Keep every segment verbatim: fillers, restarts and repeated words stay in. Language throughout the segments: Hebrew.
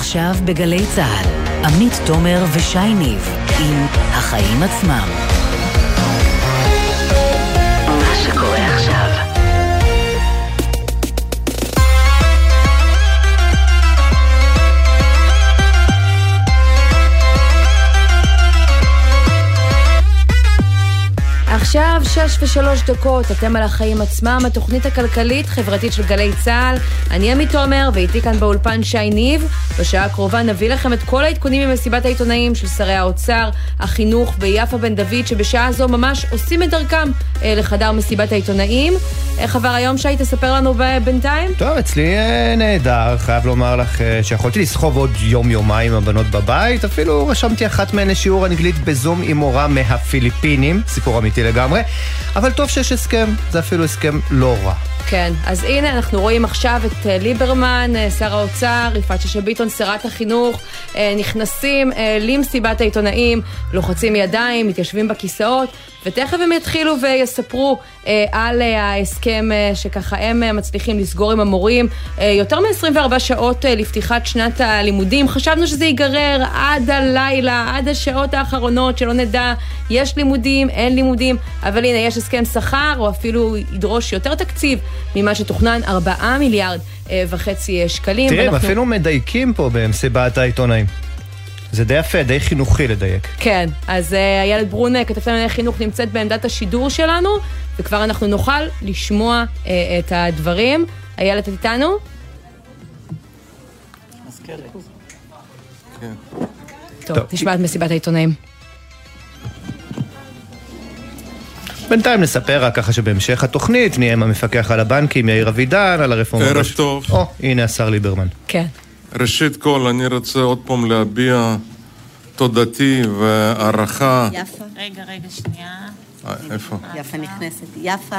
עכשיו בגלי צהל, עמית תומר ושי ניב עם החיים עצמם. מה שקורה עכשיו. עכשיו שש ושלוש דקות, אתם על החיים עצמם, התוכנית הכלכלית חברתית של גלי צהל. אני עמית תומר ואיתי כאן באולפן שי ניב. בשעה הקרובה נביא לכם את כל העדכונים ממסיבת העיתונאים של שרי האוצר, החינוך ויפה בן דוד, שבשעה זו ממש עושים את דרכם אה, לחדר מסיבת העיתונאים. איך עבר היום, שי? תספר לנו בינתיים. טוב, אצלי אה, נהדר, חייב לומר לך אה, שיכולתי לסחוב עוד יום יומיים עם הבנות בבית, אפילו רשמתי אחת מהן לשיעור אנגלית בזום עם מורה מהפיליפינים, סיפור אמיתי לגמרי, אבל טוב שיש הסכם, זה אפילו הסכם לא רע. כן, אז הנה אנחנו רואים עכשיו את ליברמן, שר האוצר, יפעת שאשא ביטון, שרת החינוך, נכנסים למסיבת העיתונאים, לוחצים ידיים, מתיישבים בכיסאות, ותכף הם יתחילו ויספרו על ההסכם שככה הם מצליחים לסגור עם המורים. יותר מ-עשרים וארבע שעות לפתיחת שנת הלימודים, חשבנו שזה ייגרר עד הלילה, עד השעות האחרונות, שלא נדע, יש לימודים, אין לימודים, אבל הנה יש הסכם שכר, או אפילו ידרוש יותר תקציב ממה שתוכנן, ארבעה מיליארד וחצי שקלים. תראה, ואנחנו... אפילו מדייקים פה במסיבת העיתונאים. זה די יפה, די חינוכי לדייק. כן, אז uh, הילד ברונה, כתבת לנו חינוך, נמצאת בעמדת השידור שלנו, וכבר אנחנו נוכל לשמוע uh, את הדברים. הילד איתנו? מזכרת. כן. טוב, טוב, נשמע את מסיבת העיתונאים. בינתיים נספר רק ככה שבהמשך התוכנית נהיה עם המפקח על הבנקים, יאיר אבידן, על הרפורמה. ערב טוב. או, הנה השר ליברמן. כן. ראשית כל, אני רוצה עוד פעם להביע תודתי והערכה. יפה. רגע, רגע, שנייה. אה, איפה? יפה נכנסת. יפה.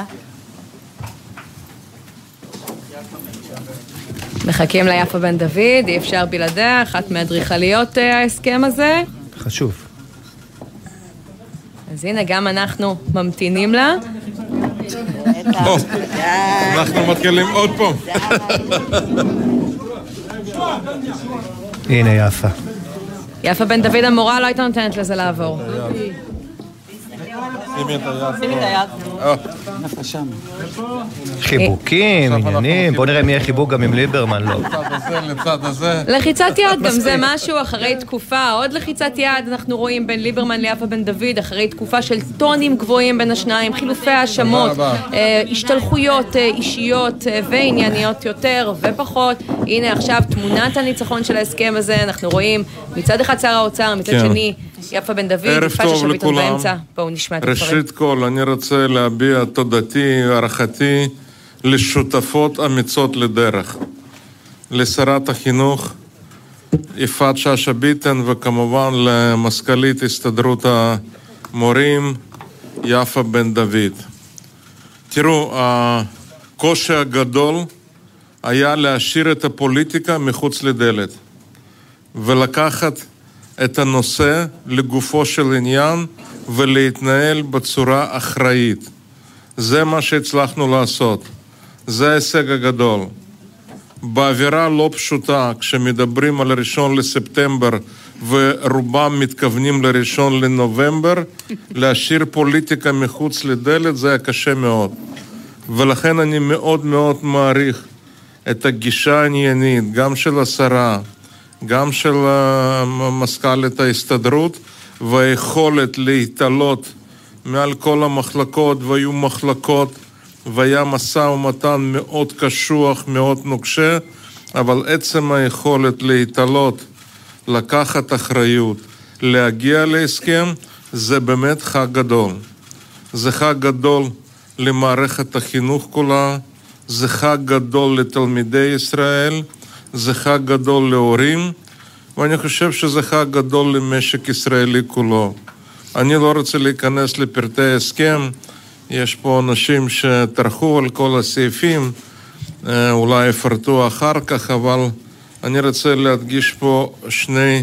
מחכים ליפה בן דוד, אי אפשר בלעדיה, אחת מהאדריכליות ההסכם הזה. חשוב. אז הנה, גם אנחנו ממתינים לה. אנחנו מתחילים עוד פעם. הנה יפה. יפה בן דוד המורה לא הייתה נותנת לזה לעבור. שימי את היד. שימי את היד. איפה שם? חיבוקים, עניינים. בוא נראה אם יהיה חיבוק גם עם ליברמן, לא. לצד הזה, לצד הזה. לחיצת יד, גם זה משהו אחרי תקופה, עוד לחיצת יד אנחנו רואים בין ליברמן ליפה בן דוד, אחרי תקופה של טונים גבוהים בין השניים, חילופי האשמות, השתלחויות אישיות וענייניות יותר ופחות. הנה עכשיו תמונת הניצחון של ההסכם הזה, אנחנו רואים מצד אחד שר האוצר, מצד שני יפה בן דוד, יפעת שאשא ביטון באמצע. בואו נשמע את הדברים. ראשית כל, אני רוצה להביע תודתי, הערכתי לשותפות אמיצות לדרך. לשרת החינוך, יפעת שאשא ביטון, וכמובן למזכ"לית הסתדרות המורים, יפה בן דוד. תראו, הקושי הגדול היה להשאיר את הפוליטיקה מחוץ לדלת, ולקחת את הנושא לגופו של עניין ולהתנהל בצורה אחראית. זה מה שהצלחנו לעשות. זה ההישג הגדול. באווירה לא פשוטה, כשמדברים על ראשון לספטמבר ורובם מתכוונים לראשון לנובמבר, להשאיר פוליטיקה מחוץ לדלת זה היה קשה מאוד. ולכן אני מאוד מאוד מעריך את הגישה העניינית, גם של השרה, גם של מזכ"לית ההסתדרות, והיכולת להתעלות מעל כל המחלקות, והיו מחלקות, והיה משא ומתן מאוד קשוח, מאוד נוקשה, אבל עצם היכולת להתעלות, לקחת אחריות, להגיע להסכם, זה באמת חג גדול. זה חג גדול למערכת החינוך כולה, זה חג גדול לתלמידי ישראל, זה חג גדול להורים, ואני חושב שזה חג גדול למשק ישראלי כולו. אני לא רוצה להיכנס לפרטי ההסכם, יש פה אנשים שטרחו על כל הסעיפים, אולי יפרטו אחר כך, אבל אני רוצה להדגיש פה שני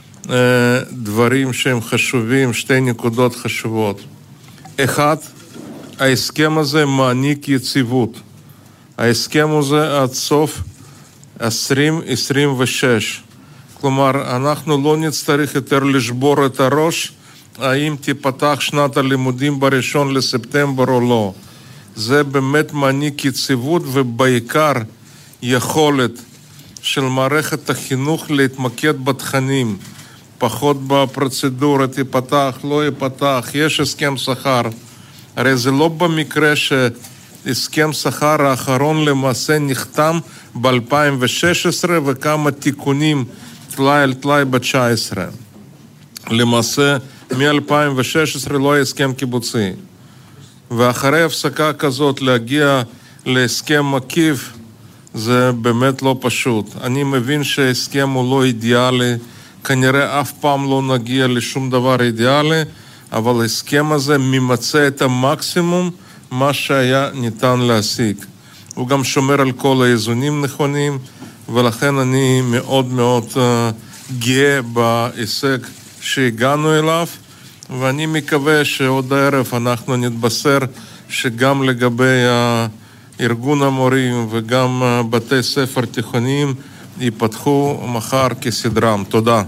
דברים שהם חשובים, שתי נקודות חשובות. אחד, ההסכם הזה מעניק יציבות. ההסכם הזה עד סוף עשרים עשרים ושש. כלומר, אנחנו לא נצטרך יותר לשבור את הראש, האם תיפתח שנת הלימודים בראשון לספטמבר או לא. זה באמת מעניק יציבות ובעיקר יכולת של מערכת החינוך להתמקד בתכנים, פחות בפרוצדורה, תיפתח, לא ייפתח, יש הסכם שכר. הרי זה לא במקרה שהסכם שכר האחרון למעשה נחתם ב-אלפיים ושש עשרה וכמה תיקונים תלאי על תלאי ב-תשע עשרה. למעשה מ-אלפיים ושש עשרה לא היה הסכם קיבוצי. ואחרי הפסקה כזאת להגיע להסכם מקיף זה באמת לא פשוט. אני מבין שההסכם הוא לא אידיאלי, כנראה אף פעם לא נגיע לשום דבר אידיאלי, אבל ההסכם הזה ממצא את המקסימום מה שהיה ניתן להשיג. הוא גם שומר על כל האיזונים נכונים, ולכן אני מאוד מאוד uh, גאה בהישג שהגענו אליו, ואני מקווה שעוד הערב אנחנו נתבשר שגם לגבי ארגון המורים וגם בתי ספר תיכוניים ייפתחו מחר כסדרם. תודה.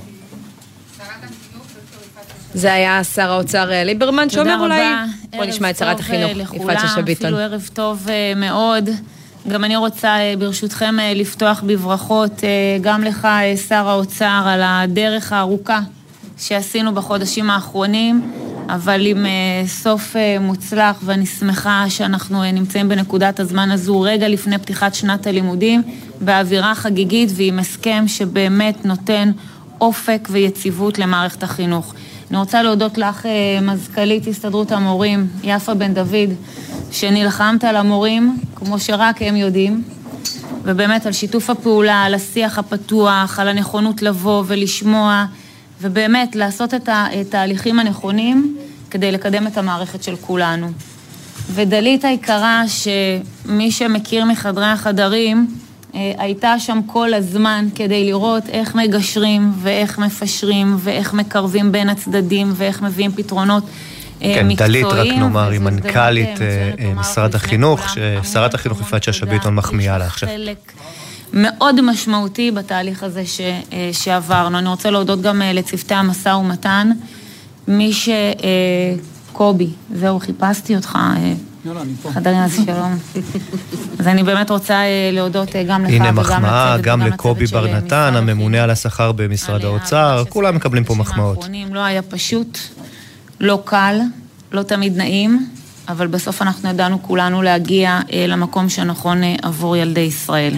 זה היה שר האוצר ליברמן שאומר אולי, בוא נשמע את שרת החינוך יפעת שאשא ביטון. אפילו ערב טוב מאוד. גם אני רוצה ברשותכם לפתוח בברכות גם לך שר האוצר על הדרך הארוכה שעשינו בחודשים האחרונים, אבל עם סוף מוצלח, ואני שמחה שאנחנו נמצאים בנקודת הזמן הזו רגע לפני פתיחת שנת הלימודים, באווירה חגיגית ועם הסכם שבאמת נותן אופק ויציבות למערכת החינוך. אני רוצה להודות לך, מזכ"לית הסתדרות המורים, יפה בן דוד, שנלחמת על המורים, כמו שרק הם יודעים, ובאמת על שיתוף הפעולה, על השיח הפתוח, על הנכונות לבוא ולשמוע, ובאמת לעשות את התהליכים הנכונים כדי לקדם את המערכת של כולנו. ודלית היקרה, שמי שמכיר מחדרי החדרים, הייתה שם כל הזמן כדי לראות איך מגשרים ואיך מפשרים ואיך מקרבים בין הצדדים ואיך מביאים פתרונות מקצועיים. כן, דלית, רק נאמר, היא מנכ"לית משרד החינוך, ששרת החינוך יפעת שאשא ביטון מחמיאה לה עכשיו. מאוד משמעותי בתהליך הזה ש, שעברנו. אני רוצה להודות גם לצוותי המשא ומתן. מי ש... קובי, זהו, חיפשתי אותך. חדרי, אז שלום. אז אני באמת רוצה להודות גם לך וגם לצוות. הנה מחמאה, גם לקובי בר נתן, הממונה על השכר במשרד האוצר. כולם מקבלים פה מחמאות. לא היה פשוט, לא קל, לא תמיד נעים, אבל בסוף אנחנו ידענו כולנו להגיע למקום שנכון עבור ילדי ישראל.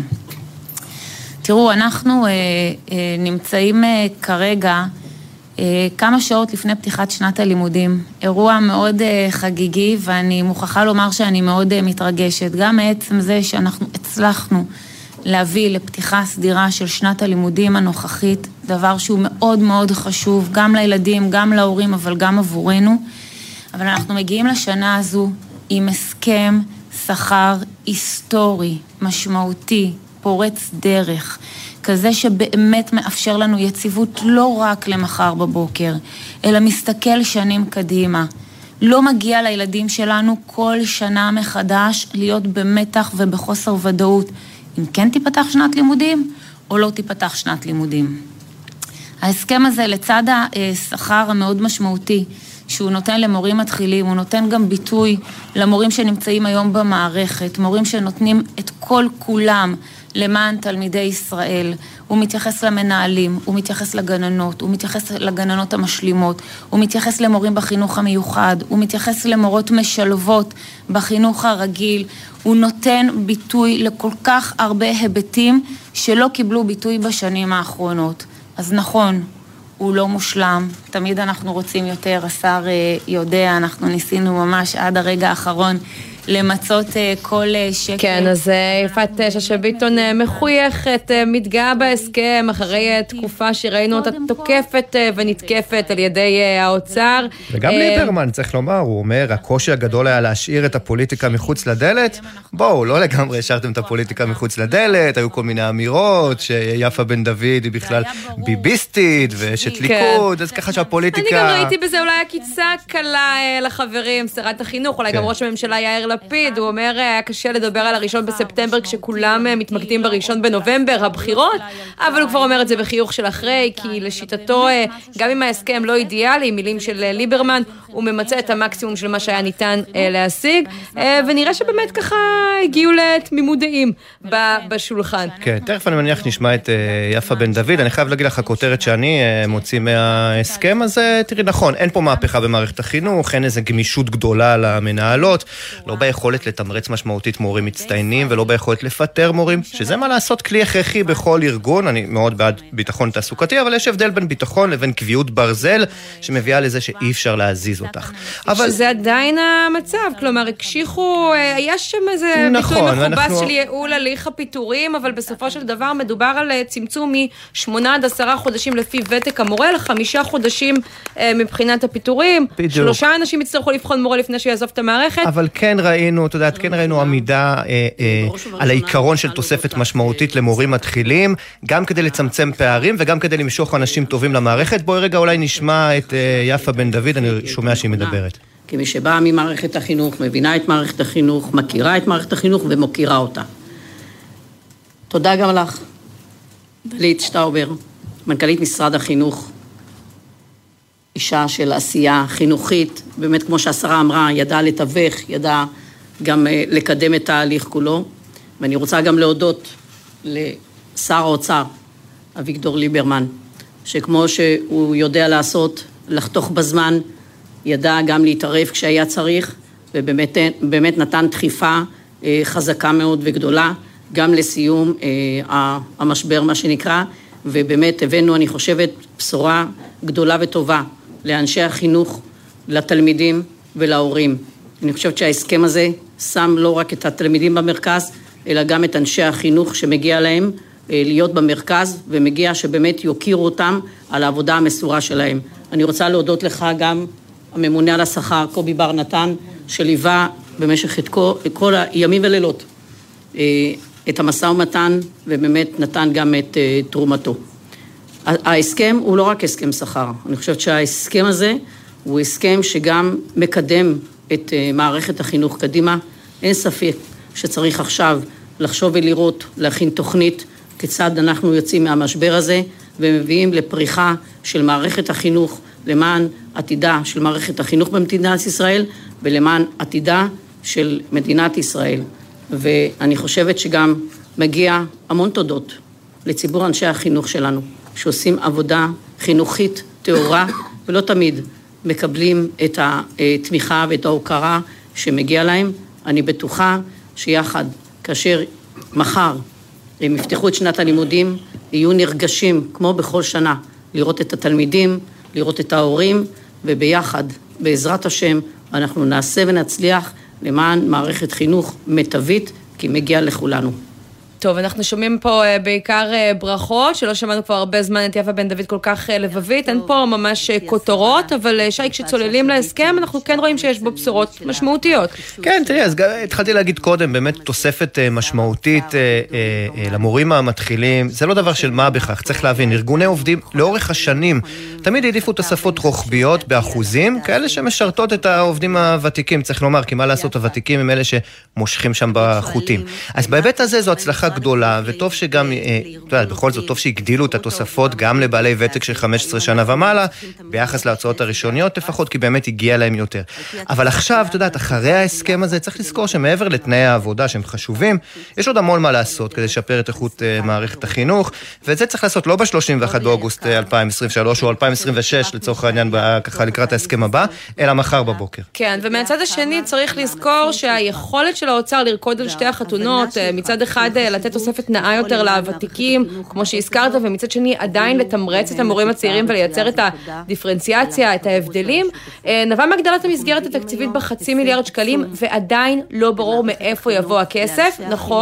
תראו, אנחנו אה, אה, נמצאים אה, כרגע אה, כמה שעות לפני פתיחת שנת הלימודים. אירוע מאוד אה, חגיגי, ואני מוכרחה לומר שאני מאוד אה, מתרגשת. גם מעצם זה שאנחנו הצלחנו להביא לפתיחה סדירה של שנת הלימודים הנוכחית, דבר שהוא מאוד מאוד חשוב, גם לילדים, גם להורים, אבל גם עבורנו. אבל אנחנו מגיעים לשנה הזו עם הסכם שכר היסטורי, משמעותי, פורץ דרך, כזה שבאמת מאפשר לנו יציבות לא רק למחר בבוקר, אלא מסתכל שנים קדימה. לא מגיע לילדים שלנו כל שנה מחדש להיות במתח ובחוסר ודאות, אם כן תיפתח שנת לימודים או לא תיפתח שנת לימודים. ההסכם הזה לצד השכר המאוד משמעותי, שהוא נותן למורים מתחילים, הוא נותן גם ביטוי למורים שנמצאים היום במערכת, מורים שנותנים את כל כולם למען תלמידי ישראל. הוא מתייחס למנהלים, הוא מתייחס לגננות, הוא מתייחס לגננות המשלימות, הוא מתייחס למורים בחינוך המיוחד, הוא מתייחס למורות משלבות בחינוך הרגיל, הוא נותן ביטוי לכל כך הרבה היבטים שלא קיבלו ביטוי בשנים האחרונות. אז נכון, הוא לא מושלם, תמיד אנחנו רוצים יותר, השר יודע, אנחנו ניסינו ממש עד הרגע האחרון למצות כל שקל. כן, אז יפעת שאשא ביטון מחויכת, מתגאה בהסכם, אחרי תקופה שראינו אותה תוקפת ונתקפת על ידי האוצר. וגם ליברמן, צריך לומר, הוא אומר, הקושי הגדול היה להשאיר את הפוליטיקה מחוץ לדלת. בואו, לא לגמרי השארתם את הפוליטיקה מחוץ לדלת, היו כל מיני אמירות, שיפה בן דוד היא בכלל ביביסטית ואשת ליכוד, אז ככה שהפוליטיקה... אני גם ראיתי בזה אולי הקיצה קלה לחברים, שרת החינוך, אולי גם ראש הממשלה יאיר לפיד, הוא אומר, היה קשה לדבר על הראשון בספטמבר כשכולם מתמקדים בראשון בנובמבר, הבחירות, אבל הוא כבר אומר את זה בחיוך של אחרי, כי לשיטתו, גם אם ההסכם לא אידיאלי, מילים של ליברמן, הוא ממצא את המקסימום של מה שהיה ניתן להשיג, ונראה שבאמת ככה הגיעו לתמימות דעים בשולחן. כן, תכף אני מניח נשמע את יפה בן דוד, אני חייב להגיד לך הכותרת שאני מוציא מההסכם הזה, תראי נכון, אין פה מהפכה במערכת החינוך, אין איזו גמישות גדולה למנהלות, לא ביכולת לתמרץ משמעותית מורים מצטיינים, ולא ביכולת לפטר מורים, שזה מה לעשות כלי הכרחי בכל ארגון, אני מאוד בעד ביטחון תעסוקתי, אבל יש הבדל בין ביטחון לבין קביעות ברזל, שמביאה לזה שאי אפשר להזיז אותך. אבל שזה עדיין המצב, כלומר, הקשיחו, היה שם איזה ביטוי מכובס של ייעול הליך הפיטורים, אבל בסופו של דבר מדובר על צמצום משמונה עד עשרה חודשים לפי ותק המורה, לחמישה חודשים מבחינת הפיטורים. שלושה אנשים יצטרכו לבחון מורה לפני שיעזוב את המערכת. אבל כן ראינו, אתה יודעת, כן ראינו עמידה על העיקרון של תוספת משמעותית למורים מתחילים, גם כדי לצמצם פערים וגם כדי למשוך אנשים טובים למערכת. בואי רגע אולי נשמע את יפה בן דוד, אני שומע שהיא מדברת. כמי שבאה ממערכת החינוך, מבינה את מערכת החינוך, מכירה את מערכת החינוך ומוקירה אותה. תודה גם לך, דלית שטאובר, מנכ"לית משרד החינוך, אישה של עשייה חינוכית, באמת כמו שהשרה אמרה, ידעה לתווך, ידעה גם לקדם את ההליך כולו, ואני רוצה גם להודות לשר האוצר, אביגדור ליברמן, שכמו שהוא יודע לעשות, לחתוך בזמן, ידע גם להתערב כשהיה צריך, ובאמת באמת נתן דחיפה חזקה מאוד וגדולה, גם לסיום המשבר מה שנקרא, ובאמת הבאנו, אני חושבת, בשורה גדולה וטובה לאנשי החינוך, לתלמידים ולהורים. אני חושבת שההסכם הזה שם לא רק את התלמידים במרכז, אלא גם את אנשי החינוך שמגיע להם להיות במרכז, ומגיע שבאמת יוקירו אותם על העבודה המסורה שלהם. אני רוצה להודות לך גם הממונה על השכר, קובי בר נתן, שליווה במשך את כל, כל הימים ולילות את המשא ומתן, ובאמת נתן גם את תרומתו. ההסכם הוא לא רק הסכם שכר, אני חושבת שההסכם הזה הוא הסכם שגם מקדם את מערכת החינוך קדימה. אין ספק שצריך עכשיו לחשוב ולראות, להכין תוכנית כיצד אנחנו יוצאים מהמשבר הזה, ומביאים לפריחה של מערכת החינוך, למען עתידה של מערכת החינוך במדינת ישראל, ולמען עתידה של מדינת ישראל. ואני חושבת שגם מגיע המון תודות לציבור אנשי החינוך שלנו, שעושים עבודה חינוכית טהורה, ולא תמיד מקבלים את התמיכה ואת ההוקרה שמגיע להם. אני בטוחה שיחד, כאשר מחר הם יפתחו את שנת הלימודים, יהיו נרגשים כמו בכל שנה, לראות את התלמידים, לראות את ההורים, וביחד, בעזרת השם, אנחנו נעשה ונצליח למען מערכת חינוך מיטבית, כי מגיע לכולנו. טוב, אנחנו שומעים פה בעיקר ברכות, שלא שמענו כבר הרבה זמן את יפה בן דוד כל כך לבבית, אין פה ממש כותרות, אבל שי, כשצוללים להסכם, אנחנו כן רואים שיש בו בשורות משמעותיות. כן, תראי, אז התחלתי להגיד קודם, באמת תוספת משמעותית למורים המתחילים, זה לא דבר של מה בכך, צריך להבין, ארגוני עובדים לאורך השנים, תמיד העדיפו תוספות רוחביות באחוזים, כאלה שמשרתות את העובדים הוותיקים, צריך לומר, כי מה לעשות, הוותיקים הם אלה שמושכים שם בחוטים. אז בהיבט הזה זו הצלחה גדולה, וטוב שגם, אתה יודע, בכל זאת טוב שהגדילו את התוספות גם לבעלי ותק של חמש עשרה שנה ומעלה, ביחס להוצאות הראשוניות לפחות, כי באמת הגיע להם יותר. אבל עכשיו, אתה יודע, אחרי ההסכם הזה, צריך לזכור שמעבר לתנאי העבודה שהם חשובים, יש עוד המון מה לעשות כדי לשפר את איכות מערכת החינוך, ואת זה צריך לעשות לא ב-שלושים ואחד באוגוסט אלפיים עשרים ושלוש או אלפיים עשרים ושש, לצורך העניין, ככה לקראת ההסכם הבא, אלא מחר בבוקר. כן, ומהצד השני צריך לזכור שהיכולת של האוצר לרקוד על שתי החתונות, מצד אחד לתת תוספת נאה יותר לוותיקים, כמו שהזכרת, ומצד שני עדיין לתמרץ את המורים הצעירים ולייצר את הדיפרנציאציה, את ההבדלים, נבע מהגדלת המסגרת התקציבית בחצי מיליארד שקלים, ועדיין לא ברור מאיפה יבוא הכסף. נכון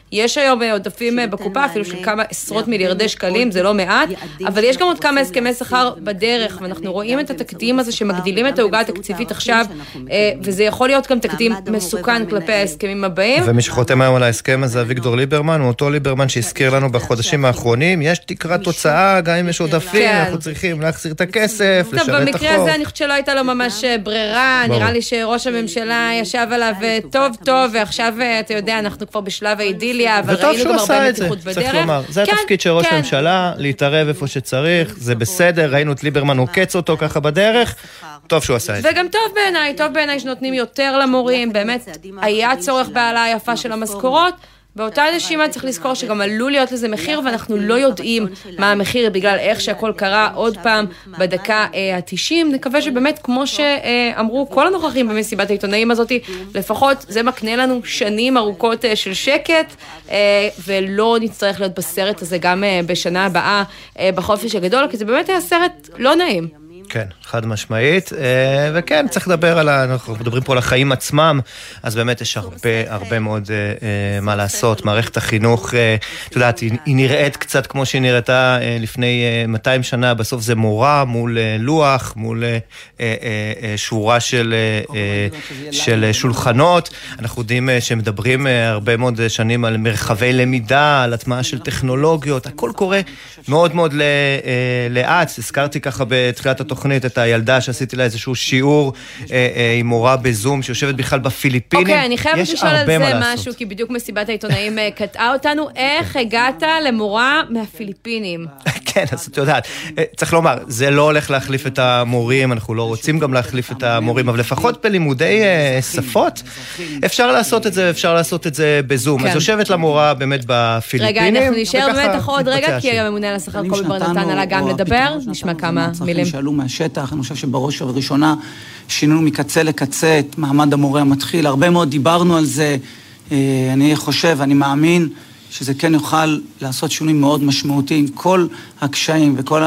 יש היום עודפים בקופה, אפילו של כמה עשרות מיליארדי שקלים, זה לא מעט, אבל יש גם עוד כמה הסכמי שכר בדרך, ואנחנו רואים את התקדים הזה שמגדילים את העוגה התקציבית עכשיו, וזה יכול להיות גם תקדים מסוכן כלפי ההסכמים הבאים. ומי שחותם היום על ההסכם הזה, אביגדור ליברמן, הוא אותו ליברמן שהזכיר לנו בחודשים האחרונים, יש תקרת תוצאה, גם אם יש עודפים, אנחנו צריכים להחזיר את הכסף, לשרת את החוק. במקרה הזה אני חושבת שלא הייתה לו ממש ברירה, נראה לי שראש הממשלה ישב עליו טוב טוב, ועכשיו אתה יודע, אנחנו כבר בשלב האידיליה, אבל ראינו גם הרבה מתיחות בדרך. צריך לומר, זה התפקיד של ראש הממשלה, להתערב איפה שצריך, זה בסדר, ראינו את ליברמן עוקץ אותו ככה בדרך, טוב שהוא עשה את זה. וגם טוב בעיניי, טוב בעיניי שנותנים יותר למורים, באמת היה צורך בהעלאה יפה של המשכורות, באותה נשימה צריך לזכור שגם עלול להיות לזה מחיר, ואנחנו לא יודעים מה המחיר בגלל איך שהכל קרה עוד פעם בדקה ה-תשעים. נקווה שבאמת, כמו שאמרו כל הנוכחים במסיבת העיתונאים הזאת, לפחות זה מקנה לנו שנים ארוכות של שקט, ולא נצטרך להיות בסרט הזה גם בשנה הבאה בחופש הגדול, כי זה באמת היה סרט לא נעים. כן, חד משמעית, וכן, צריך לדבר על, אנחנו מדברים פה על החיים עצמם, אז באמת יש הרבה, הרבה מאוד מה לעשות. מערכת החינוך, את יודעת, היא נראית קצת כמו שהיא נראתה לפני מאתיים שנה, בסוף זה מורה מול לוח, מול שורה של, של שולחנות. אנחנו יודעים שמדברים הרבה מאוד שנים על מרחבי למידה, על הטמעה של טכנולוגיות, הכל קורה מאוד מאוד לאט. הזכרתי ככה בתחילת התוכנית, תוכנית את הילדה שעשיתי לה איזשהו שיעור אה, אה, עם מורה בזום שיושבת בכלל בפיליפינים. אוקיי, אני חייבת לשאול על זה משהו, כי בדיוק מסיבת העיתונאים קטעה אותנו. איך הגעת למורה מהפיליפינים? כן, אז את יודעת, צריך לומר, זה לא הולך להחליף את המורים, אנחנו לא רוצים גם להחליף את המורים, אבל לפחות בלימודי אה, שפות, אפשר לעשות את זה, אפשר לעשות את זה בזום. כן. אז יושבת למורה באמת בפיליפינים. רגע, אנחנו נשאר באמת עוד רגע, כי הממונה על השכר קובי בר נתן עלה גם לדבר, נשמע כמה מילים. שטח, אני חושב שבראש ובראשונה שינינו מקצה לקצה את מעמד המורה המתחיל, הרבה מאוד דיברנו על זה, אני חושב, אני מאמין שזה כן יוכל לעשות שינויים מאוד משמעותיים, כל הקשיים וכל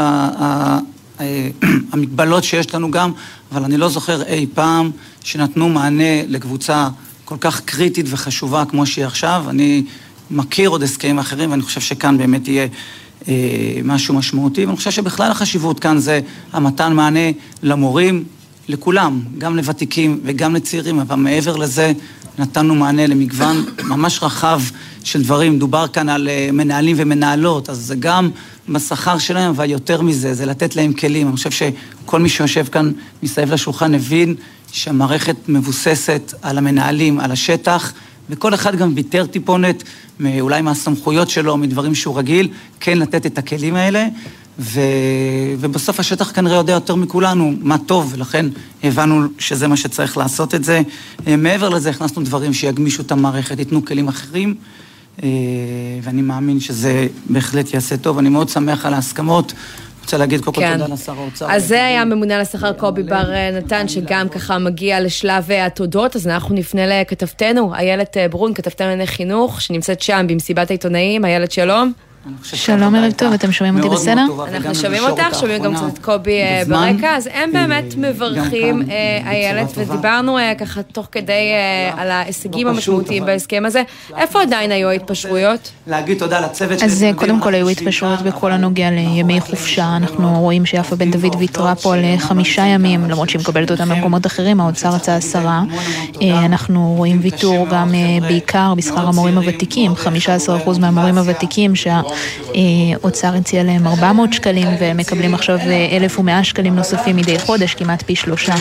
המגבלות שיש לנו גם, אבל אני לא זוכר אי פעם שנתנו מענה לקבוצה כל כך קריטית וחשובה כמו שהיא עכשיו. אני מכיר עוד הסכמים אחרים, ואני חושב שכאן באמת יהיה משהו משמעותי, ואני חושב שבכלל החשיבות כאן זה המתן מענה למורים, לכולם, גם לוותיקים וגם לצעירים, אבל מעבר לזה נתנו מענה למגוון ממש רחב של דברים. דובר כאן על מנהלים ומנהלות, אז זה גם בשכר שלהם, אבל יותר מזה, זה לתת להם כלים. אני חושב שכל מי שיושב כאן מסביב לשולחן הבין שהמערכת מבוססת על המנהלים, על השטח, וכל אחד גם ויתר טיפונת, אולי מהסמכויות שלו, מדברים שהוא רגיל, כן לתת את הכלים האלה, ו... ובסוף השטח כנראה יודע יותר מכולנו מה טוב, ולכן הבנו שזה מה שצריך לעשות את זה. מעבר לזה הכנסנו דברים שיגמישו את המערכת, ייתנו כלים אחרים, ואני מאמין שזה בהחלט יעשה טוב. אני מאוד שמח על ההסכמות. רוצה להגיד כל כך תודה לשר האוצר. אז זה היה ממונה על השכר קובי בר נתן, שגם ככה מגיע לשלב התודות, אז אנחנו נפנה לכתבתנו, איילת ברון, כתבתנו לענייני חינוך, שנמצאת שם במסיבת העיתונאים. איילת, שלום. שלום, ערב טוב, אתם שומעים אותי בסדר? אנחנו שומעים אותך, שומעים גם קצת את קובי ברקע, אז הם באמת מברכים, איילת, ודיברנו ככה תוך כדי על ההישגים המשמעותיים בהסכם הזה. איפה עדיין היו ההתפשרויות? להגיד תודה לצוות. אז קודם כל היו התפשרויות בכל הנוגע לימי חופשה. אנחנו רואים שיפה בן דוד ויתרה פה על חמישה ימים, למרות שהיא מקבלת אותם במקומות אחרים, האוצר רצה עשרה. אנחנו רואים ויתור גם בעיקר בשכר המורים הוותיקים, חמישה עשר אחוז מהמורים הוותיקים שה אוצר הציע להם ארבע מאות שקלים, ומקבלים עכשיו אלף ומאה שקלים נוספים מדי חודש, כמעט פי שלושה.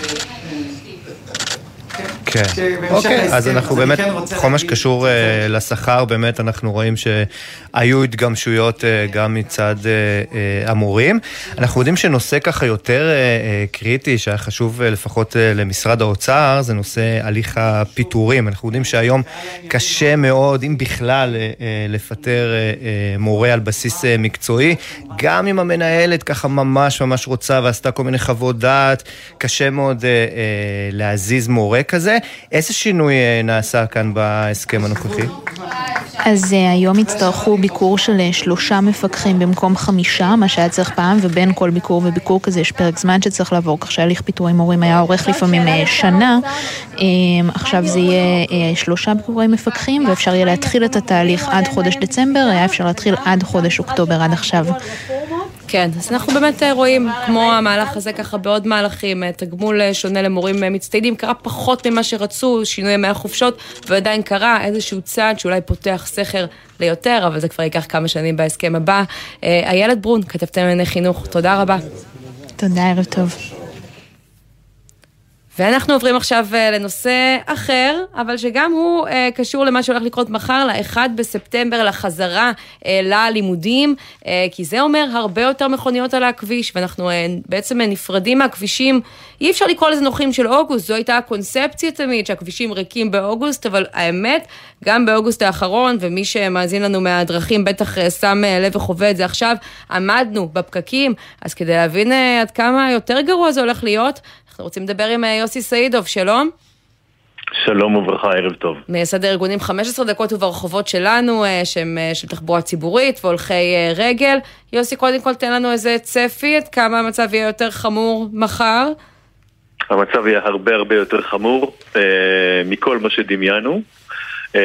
כן, אוקיי, אז אנחנו באמת, כל מה שקשור לשכר, באמת אנחנו רואים שהיו התגמשויות גם מצד המורים. אנחנו יודעים שנושא ככה יותר קריטי, שהיה חשוב לפחות למשרד האוצר, זה נושא הליך הפיטורים. אנחנו יודעים שהיום קשה מאוד, אם בכלל, לפטר מורה על בסיס מקצועי, גם אם המנהלת ככה ממש ממש רוצה ועשתה כל מיני חוות דעת, קשה מאוד להזיז מורה כזה. איזה שינוי נעשה כאן בהסכם הנוכחי? אז uh, היום הצטרכו ביקור של uh, שלושה מפקחים במקום חמישה, מה שהיה צריך פעם, ובין כל ביקור וביקור כזה יש פרק זמן שצריך לעבור, כך שהליך פיטורים מורים היה עורך לפעמים uh, שנה. Um, עכשיו זה יהיה uh, שלושה ביקורי מפקחים, ואפשר יהיה להתחיל את התהליך עד חודש דצמבר, היה אפשר להתחיל עד חודש אוקטובר, עד עכשיו. כן, אז אנחנו באמת רואים, כמו המהלך הזה, ככה בעוד מהלכים, תגמול שונה למורים מצטיינים, קרה פחות ממה שרצו, שינוי ימי החופשות, ועדיין קרה איזשהו צעד שאולי פותח סכר ליותר, אבל זה כבר ייקח כמה שנים בהסכם הבא. איילת ברון, כתבתם לענייני חינוך, תודה רבה. תודה, ערב טוב. ואנחנו עוברים עכשיו לנושא אחר, אבל שגם הוא קשור למה שהולך לקרות מחר, ל-אחד בספטמבר, לחזרה ללימודים, כי זה אומר הרבה יותר מכוניות על הכביש, ואנחנו בעצם נפרדים מהכבישים, אי אפשר לקרוא לזה נוחים של אוגוסט, זו הייתה הקונספציה תמיד, שהכבישים ריקים באוגוסט, אבל האמת, גם באוגוסט האחרון, ומי שמאזין לנו מהדרכים בטח שם לב וחווה את זה עכשיו, עמדנו בפקקים, אז כדי להבין עד כמה יותר גרוע זה הולך להיות, אנחנו רוצים לדבר עם יוסי סעידוב, שלום. שלום וברכה, ערב טוב. מייסד הארגונים חמש עשרה דקות וברחובות שלנו, שהם של תחבורה ציבורית והולכי רגל. יוסי, קודם כל תן לנו איזה צפי, עד כמה המצב יהיה יותר חמור מחר? המצב יהיה הרבה הרבה יותר חמור אה, מכל מה שדמיינו. אה,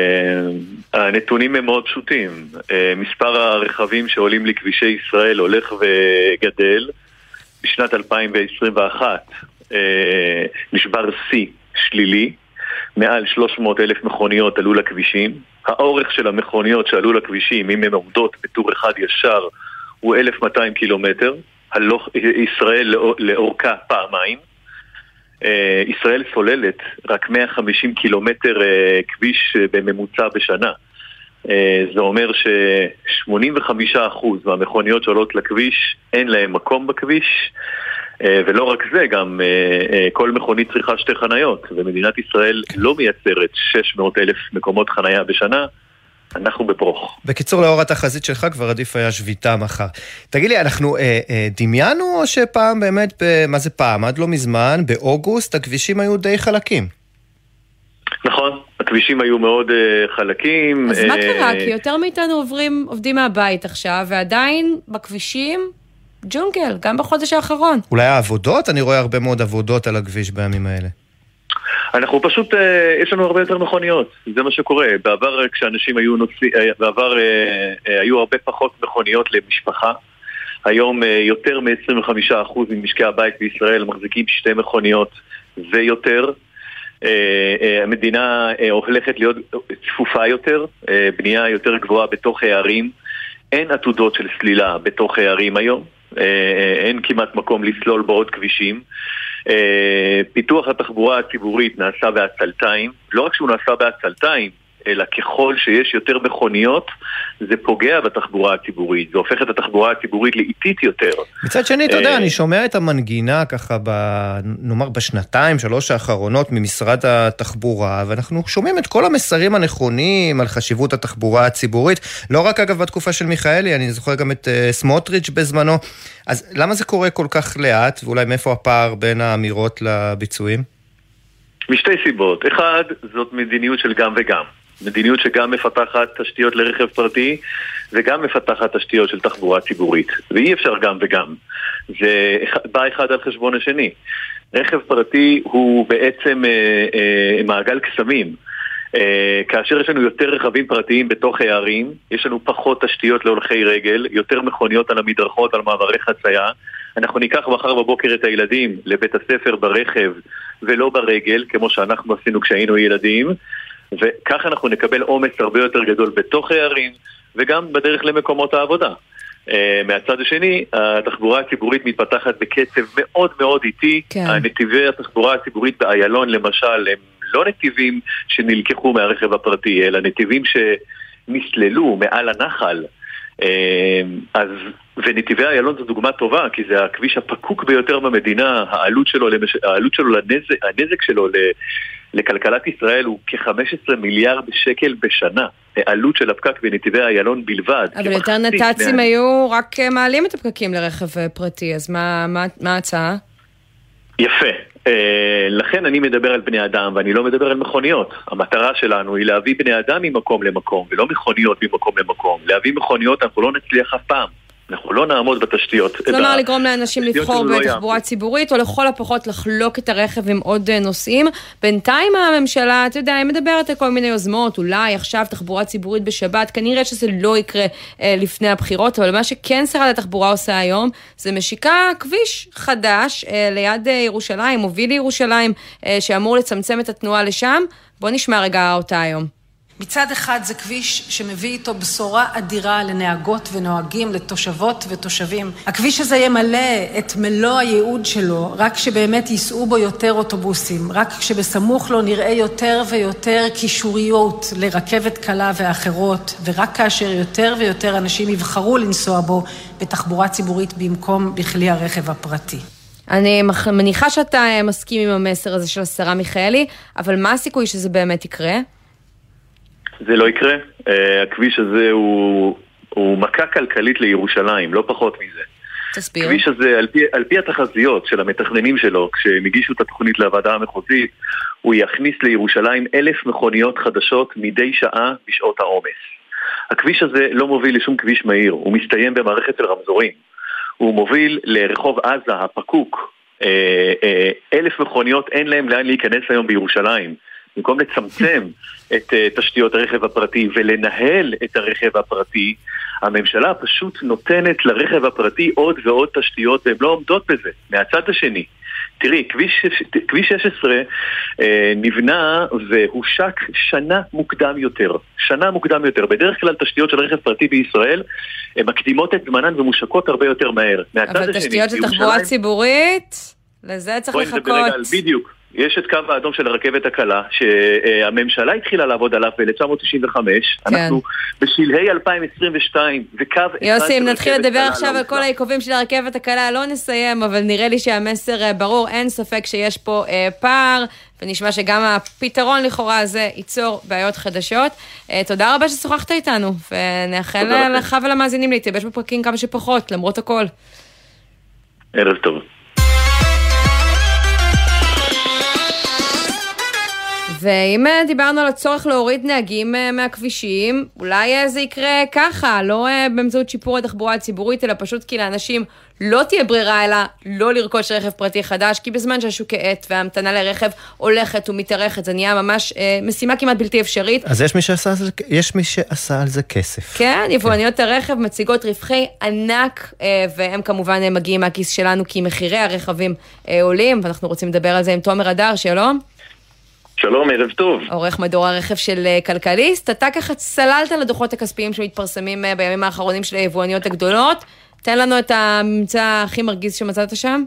הנתונים הם מאוד פשוטים. אה, מספר הרכבים שעולים לכבישי ישראל הולך וגדל. בשנת אלפיים עשרים ואחת אה, נשבר שיא שלילי, מעל שלוש מאות אלף מכוניות עלו לכבישים. האורך של המכוניות שעלו לכבישים, אם הן עומדות בטור אחד ישר, הוא אלף ומאתיים קילומטר. הלוך, ישראל לאורכה פעמיים. אה, ישראל סוללת רק מאה וחמישים קילומטר אה, כביש בממוצע בשנה. זה אומר ש-שמונים וחמישה אחוז מהמכוניות שעולות לכביש אין להם מקום בכביש, ולא רק זה, גם כל מכונית צריכה שתי חניות, ומדינת ישראל לא מייצרת שש מאות אלף מקומות חניה בשנה. אנחנו בפרוך. בקיצור, לאור התחזית שלך כבר עדיף היה שביתה מחר. תגיד לי, אנחנו אה, אה, דמיינו או שפעם באמת, ב, מה זה פעם? עד לא מזמן, באוגוסט, הכבישים היו די חלקים. נכון, הכבישים היו מאוד uh, חלקים. אז uh, מה קרה? כי יותר מאיתנו עוברים, עובדים מהבית עכשיו, ועדיין בכבישים ג'ונגל, גם בחודש האחרון. אולי העבודות? אני רואה הרבה מאוד עבודות על הכביש בימים האלה. אנחנו פשוט, uh, יש לנו הרבה יותר מכוניות, זה מה שקורה. בעבר כשאנשים היו נוציא, uh, בעבר uh, uh, היו הרבה פחות מכוניות למשפחה. היום uh, יותר מ-עשרים וחמישה אחוז ממשקי הבית בישראל מחזיקים שתי מכוניות ויותר. המדינה הולכת להיות צפופה יותר, בנייה יותר גבוהה בתוך הערים. אין עתודות של סלילה בתוך הערים היום, אין כמעט מקום לסלול בעוד כבישים. פיתוח התחבורה הציבורית נעשה בעצלתיים, לא רק שהוא נעשה בעצלתיים, אלא ככל שיש יותר מכוניות, זה פוגע בתחבורה הציבורית, זה הופך את התחבורה הציבורית לאיטית יותר. מצד שני, אתה יודע, אני שומע את המנגינה ככה, נאמר בשנתיים, שלוש האחרונות ממשרד התחבורה, ואנחנו שומעים את כל המסרים הנכונים על חשיבות התחבורה הציבורית, לא רק אגב בתקופה של מיכאלי, אני זוכר גם את סמוטריץ' בזמנו, אז למה זה קורה כל כך לאט, ואולי מאיפה הפער בין האמירות לביצועים? משתי סיבות. אחד, זאת מדיניות של גם וגם. מדיניות שגם מפתחת תשתיות לרכב פרטי וגם מפתחת תשתיות של תחבורה ציבורית, ואי אפשר גם וגם, זה בא אחד על חשבון השני. רכב פרטי הוא בעצם אה, אה, מעגל קסמים. אה, כאשר יש לנו יותר רכבים פרטיים בתוך הערים, יש לנו פחות תשתיות להולכי רגל, יותר מכוניות על המדרכות, על מעברי חצייה. אנחנו ניקח מחר בבוקר את הילדים לבית הספר ברכב ולא ברגל, כמו שאנחנו עשינו כשהיינו ילדים, וכך אנחנו נקבל אומץ הרבה יותר גדול בתוך הערים, וגם בדרך למקומות העבודה. Uh, מהצד השני, התחבורה הציבורית מתפתחת בקצב מאוד מאוד איטי. כן. הנתיבי התחבורה הציבורית באיילון למשל, הם לא נתיבים שנלקחו מהרכב הפרטי, אלא נתיבים שנסללו מעל הנחל. Uh, אז, ונתיבי איילון זו דוגמה טובה, כי זה הכביש הפקוק ביותר במדינה, העלות שלו, למש... העלות שלו לנזק, הנזק שלו ל... לכלכלת ישראל הוא כ-חמישה עשר מיליארד שקל בשנה, עלות של הפקק בנתיבי איילון בלבד. אבל יותר נת"צים מה... היו רק מעלים את הפקקים לרכב פרטי, אז מה, מה, מה ההצעה? יפה. לכן אני מדבר על בני אדם ואני לא מדבר על מכוניות. המטרה שלנו היא להביא בני אדם ממקום למקום ולא מכוניות ממקום למקום. להביא מכוניות אנחנו לא נצליח אף פעם. אנחנו לא נעמוד בתשתיות. כלומר, לגרום לאנשים לבחור בתחבורה ציבורית, או לכל הפחות לחלוק את הרכב עם עוד נוסעים. בינתיים הממשלה, אתה יודע, היא מדברת על כל מיני יוזמות, אולי עכשיו תחבורה ציבורית בשבת, כנראה שזה לא יקרה אה, לפני הבחירות, אבל מה שכן שרת התחבורה עושה היום, זה משיקה כביש חדש אה, ליד אה, ירושלים, מוביל לירושלים, אה, שאמור לצמצם את התנועה לשם. בוא נשמע רגע אותה היום. מצד אחד זה כביש שמביא איתו בשורה אדירה לנהגות ונוהגים, לתושבות ותושבים. הכביש הזה ימלא את מלוא הייעוד שלו, רק כשבאמת ייסעו בו יותר אוטובוסים, רק כשבסמוך לו נראה יותר ויותר קישוריות לרכבת קלה ואחרות, ורק כאשר יותר ויותר אנשים יבחרו לנסוע בו בתחבורה ציבורית במקום בכלי הרכב הפרטי. אני מניחה שאתה מסכים עם המסר הזה של השרה מיכאלי, אבל מה הסיכוי שזה באמת יקרה? זה לא יקרה. הכביש הזה הוא, הוא מכה כלכלית לירושלים, לא פחות מזה. תסביר. הכביש הזה, על פי, על פי התחזיות של המתכננים שלו, כשהם הגישו את התוכנית לוועדה המחוזית, הוא יכניס לירושלים אלף מכוניות חדשות מדי שעה בשעות העומס. הכביש הזה לא מוביל לשום כביש מהיר, הוא מסתיים במערכת של רמזורים. הוא מוביל לרחוב עזה, הפקוק. אלף מכוניות אין להם לאן להיכנס היום בירושלים. במקום לצמצם את uh, תשתיות הרכב הפרטי ולנהל את הרכב הפרטי, הממשלה פשוט נותנת לרכב הפרטי עוד ועוד תשתיות והן לא עומדות בזה. מהצד השני, תראי, כביש, כביש שש עשרה אה, נבנה והושק שנה מוקדם יותר. שנה מוקדם יותר. בדרך כלל תשתיות של רכב פרטי בישראל הן מקדימות את זמנן ומושקות הרבה הרבה יותר מהר. אבל תשתיות של תחבורה ציבורית, לזה צריך לחכות. בדיוק. יש את קו האדום של הרכבת הקלה, שהממשלה התחילה לעבוד עליו ב-אלף תשע מאות תשעים וחמש. כן. אנחנו בשלהי אלפיים עשרים ושתיים, וקו... יוסי, אם נתחיל לדבר עכשיו על כל העיכובים של הרכבת הקלה, לא נסיים, אבל נראה לי שהמסר ברור, אין ספק שיש פה אה, פער, ונשמע שגם הפתרון לכאורה הזה ייצור בעיות חדשות. אה, תודה רבה ששוחחת איתנו, ונאחל לך ולמאזינים להתייבש בפרקים כמה שפחות, למרות הכל. ערב טוב. ואם דיברנו על הצורך להוריד נהגים מהכבישים, אולי זה יקרה ככה, לא באמצעות שיפור התחבורה הציבורית, אלא פשוט כי לאנשים לא תהיה ברירה, אלא לא לרכוש רכב פרטי חדש, כי בזמן שהשוק העט וההמתנה לרכב הולכת ומתארכת, זה נהיה ממש אה, משימה כמעט בלתי אפשרית. אז יש מי שעשה, יש מי שעשה על זה כסף. כן, יבואניות הרכב מציגות רווחי ענק, אה, והם כמובן מגיעים מהכיס שלנו, כי מחירי הרכבים אה, עולים, ואנחנו רוצים לדבר על זה עם תומר אדר, שלום. שלום, ערב טוב. עורך מדור הרכב של כלכליסט, אתה ככה צללת לדוחות הכספיים שמתפרסמים בימים האחרונים של היבואניות הגדולות, תן לנו את הממצא הכי מרגיז שמצאת שם.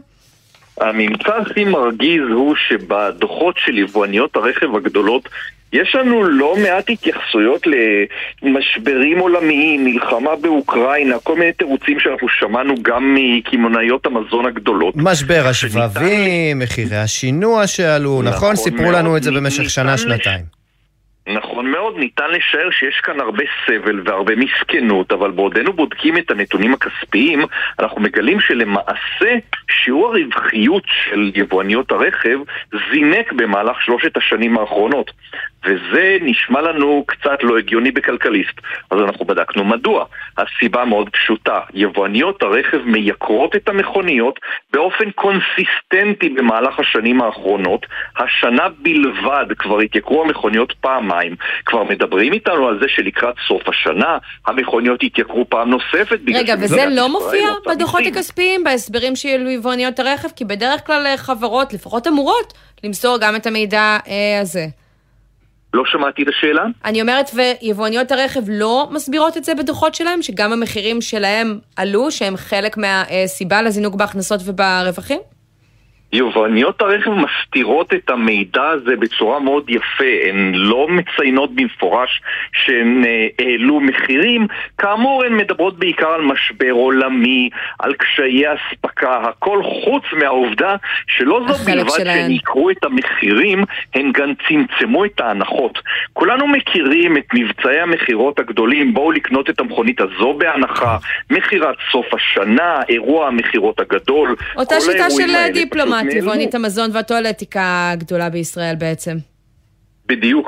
הממצא הכי מרגיז הוא שבדוחות של יבואניות הרכב הגדולות יש לנו לא מעט התייחסויות למשברים עולמיים, מלחמה באוקראינה, כל מיני תירוצים שאנחנו שמענו גם מכימונאיות המזון הגדולות. משבר השבבים, מחירי השינוע שעלו, נכון? סיפרו לנו את זה במשך שנה, שנתיים. נכון מאוד, ניתן לשער שיש כאן הרבה סבל והרבה מסכנות, אבל בעודנו בודקים את הנתונים הכספיים, אנחנו מגלים שלמעשה שיעור הרווחיות של יבואניות הרכב זינק במהלך שלושת השנים האחרונות, וזה נשמע לנו קצת לא הגיוני בכלכליסט. אז אנחנו בדקנו מדוע. הסיבה מאוד פשוטה, יבואניות הרכב מייקרות את המכוניות באופן קונסיסטנטי במהלך השנים האחרונות. השנה בלבד כבר התייקרו המכוניות פעמיים. כבר מדברים איתנו על זה שלקראת סוף השנה המכוניות התייקרו פעם נוספת. רגע, וזה לא מופיע בדוחות הכספיים, בהסברים של יבואניות הרכב? כי בדרך כלל חברות, לפחות אמורות, למסור גם את המידע אה, הזה. לא שמעתי את השאלה. אני אומרת, ויבואניות הרכב לא מסבירות את זה בדוחות שלהם, שגם המחירים שלהם עלו, שהם חלק מהסיבה לזינוק בהכנסות וברווחים? יבואניות הרכב מסתירות את המידע הזה בצורה מאוד יפה, הן לא מציינות במפורש שהן העלו מחירים, כאמור הן מדברות בעיקר על משבר עולמי, על קשיי הספקה, הכל חוץ מהעובדה שלא זו בלבד שהן יקרו את המחירים, הן גם צמצמו את ההנחות. כולנו מכירים את מבצעי המחירות הגדולים, בואו לקנות את המכונית הזו בהנחה, מחירת סוף השנה, אירוע המחירות הגדול. אותה שיטה של דיפלומט. טבעונית המזון והטואלטיקה הגדולה בישראל בעצם. בדיוק.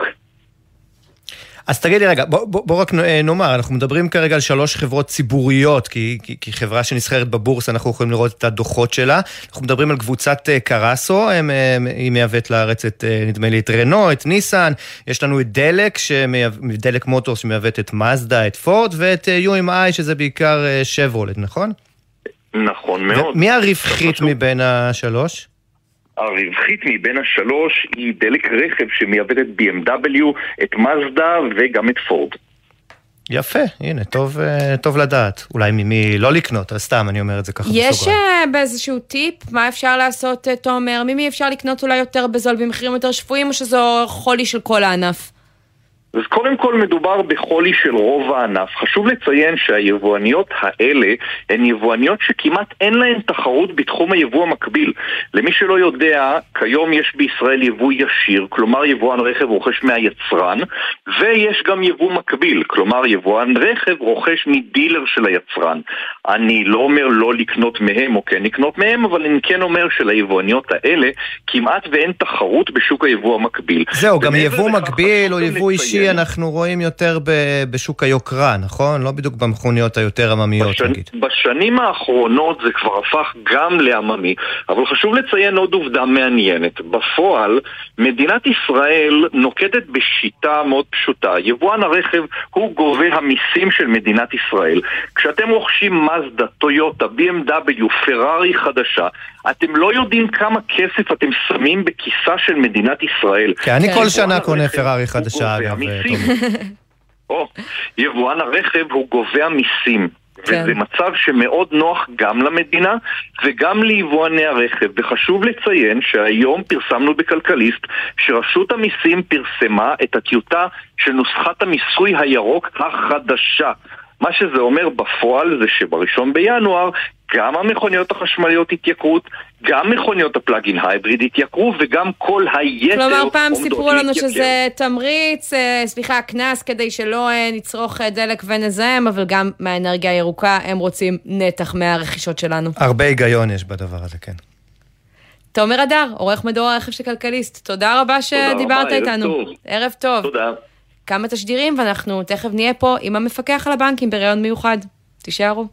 אז תגיד לי רגע, בוא, בוא, בוא רק נאמר, אנחנו מדברים כרגע על שלוש חברות ציבוריות, כי, כי, כי חברה שנסחרת בבורסה, אנחנו יכולים לראות את הדוחות שלה. אנחנו מדברים על קבוצת קרסו, הם, הם, היא מייבאת לארץ את, נדמה לי, את רנו, את ניסן, יש לנו את דלק, שמייב, דלק מוטורס שמייבאת את מזדה, את פורד, ואת יו אם איי, שזה בעיקר שברולט, נכון? נכון מאוד. מי הרווחית מבין השלוש? הרווחית מבין השלוש היא דלק רכב שמייבאת את בי אם דאבליו, את מזדה וגם את פורד. יפה, הנה, טוב, טוב לדעת. אולי ממי לא לקנות, אז סתם אני אומר את זה ככה בסוגריים. יש באיזשהו טיפ, מה אפשר לעשות, תומר? ממי אפשר לקנות אולי יותר בזול במחירים יותר שפויים, או שזו חולי של כל הענף? אז קודם כל מדובר בחולי של רוב הענף. חשוב לציין שהיבואניות האלה הן יבואניות שכמעט אין להן תחרות בתחום היבוא המקביל. למי שלא יודע, כיום יש בישראל יבוא ישיר, כלומר יבואן רכב רוכש מהיצרן, ויש גם יבוא מקביל, כלומר יבואן רכב רוכש מדילר של היצרן. אני לא אומר לא לקנות מהם או כן לקנות מהם, אבל אני כן אומר שליבואניות האלה כמעט ואין תחרות בשוק היבוא המקביל. זהו, גם יבוא מקביל או יבוא אישי אנחנו רואים יותר בשוק היוקרה, נכון? לא בדיוק במכוניות היותר עממיות, נגיד. בשנים האחרונות זה כבר הפך גם לעממי, אבל חשוב לציין עוד עובדה מעניינת. בפועל, מדינת ישראל נוקטת בשיטה מאוד פשוטה. יבואן הרכב הוא גובה המיסים של מדינת ישראל. כשאתם רוכשים מזדה, טויוטה, בי אם דאבליו, פרארי חדשה, אתם לא יודעים כמה כסף אתם שמים בכיסה של מדינת ישראל. כן, אני כל שנה קונה פרארי חדשה, אגב. או, יבואן הרכב הוא גובה מיסים, וזה מצב שמאוד נוח גם למדינה וגם ליבואני הרכב. וחשוב לציין שהיום פרסמנו בכלכליסט שרשות המיסים פרסמה את הטיוטה של נוסחת המיסוי הירוק החדשה. מה שזה אומר בפועל זה שבראשון בינואר גם המכוניות החשמליות התייקרות, גם מכוניות הפלאגין הייבריד התייקרו, וגם כל היתר כלומר, פעם סיפרו לנו להתייקר. שזה תמריץ, אה, סליחה, כנס כדי שלא אה, נצרוך אה, דלק ונזהם, אבל גם מהאנרגיה הירוקה הם רוצים נתח מהרכישות שלנו. הרבה היגיון יש בדבר הזה, כן. תומר אדר, עורך מדור הרכב של כלכליסט, תודה רבה שדיברת רבה, איתנו. ערב טוב. ערב טוב. תודה. כמה תשדירים, ואנחנו תכף נהיה פה עם המפקח על הבנקים בראיון מיוחד. תישארו.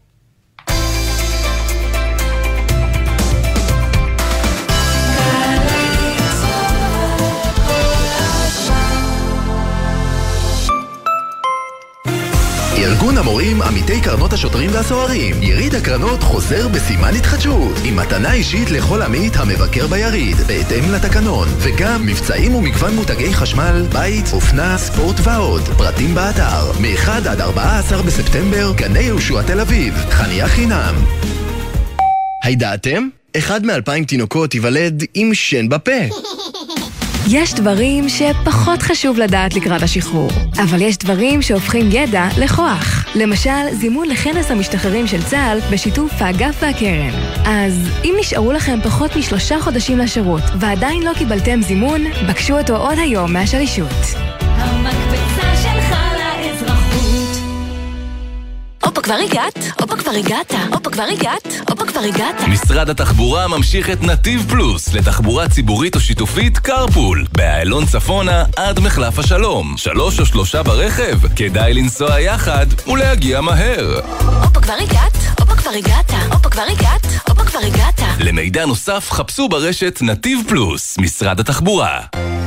ארגון המורים עמיתי קרנות השוטרים והסוהרים. יריד הקרנות חוזר בסימן התחדשות עם מתנה אישית לכל עמית המבקר ביריד בהתאם לתקנון, וגם מבצעים ומגוון מותגי חשמל, בית, אופנה, ספורט ועוד. פרטים באתר. מ-אחד עד ארבעה עשר בספטמבר, גני יהושע תל אביב, חניה חינם. הידעתם? אחד מאלפיים תינוקות ייוולד עם שן בפה. יש דברים שפחות חשוב לדעת לקראת השחרור, אבל יש דברים שהופכים ידע לכוח. למשל, זימון לכנס המשתחררים של צה"ל בשיתוף האגף והקרן. אז אם נשארו לכם פחות משלושה חודשים לשירות ועדיין לא קיבלתם זימון, בקשו אותו עוד היום מהשלישות. המקבצה שלך לאזרחות. אופה כבר הגעת, אופה כבר הגעת, אופה כבר הגעת, אופה כבר הגעת. משרד התחבורה ממשיך את נתיב פלוס לתחבורה ציבורית או שיתופית קרפול באיילון צפונה עד מחלף השלום. שלוש או שלושה ברכב, כדאי לנסוע יחד ולהגיע מהר. אופה כבר הגעת, אופה כבר הגעת, אופה כבר הגעת, אופה כבר הגעת. למידע נוסף חפשו ברשת נתיב פלוס, משרד התחבורה.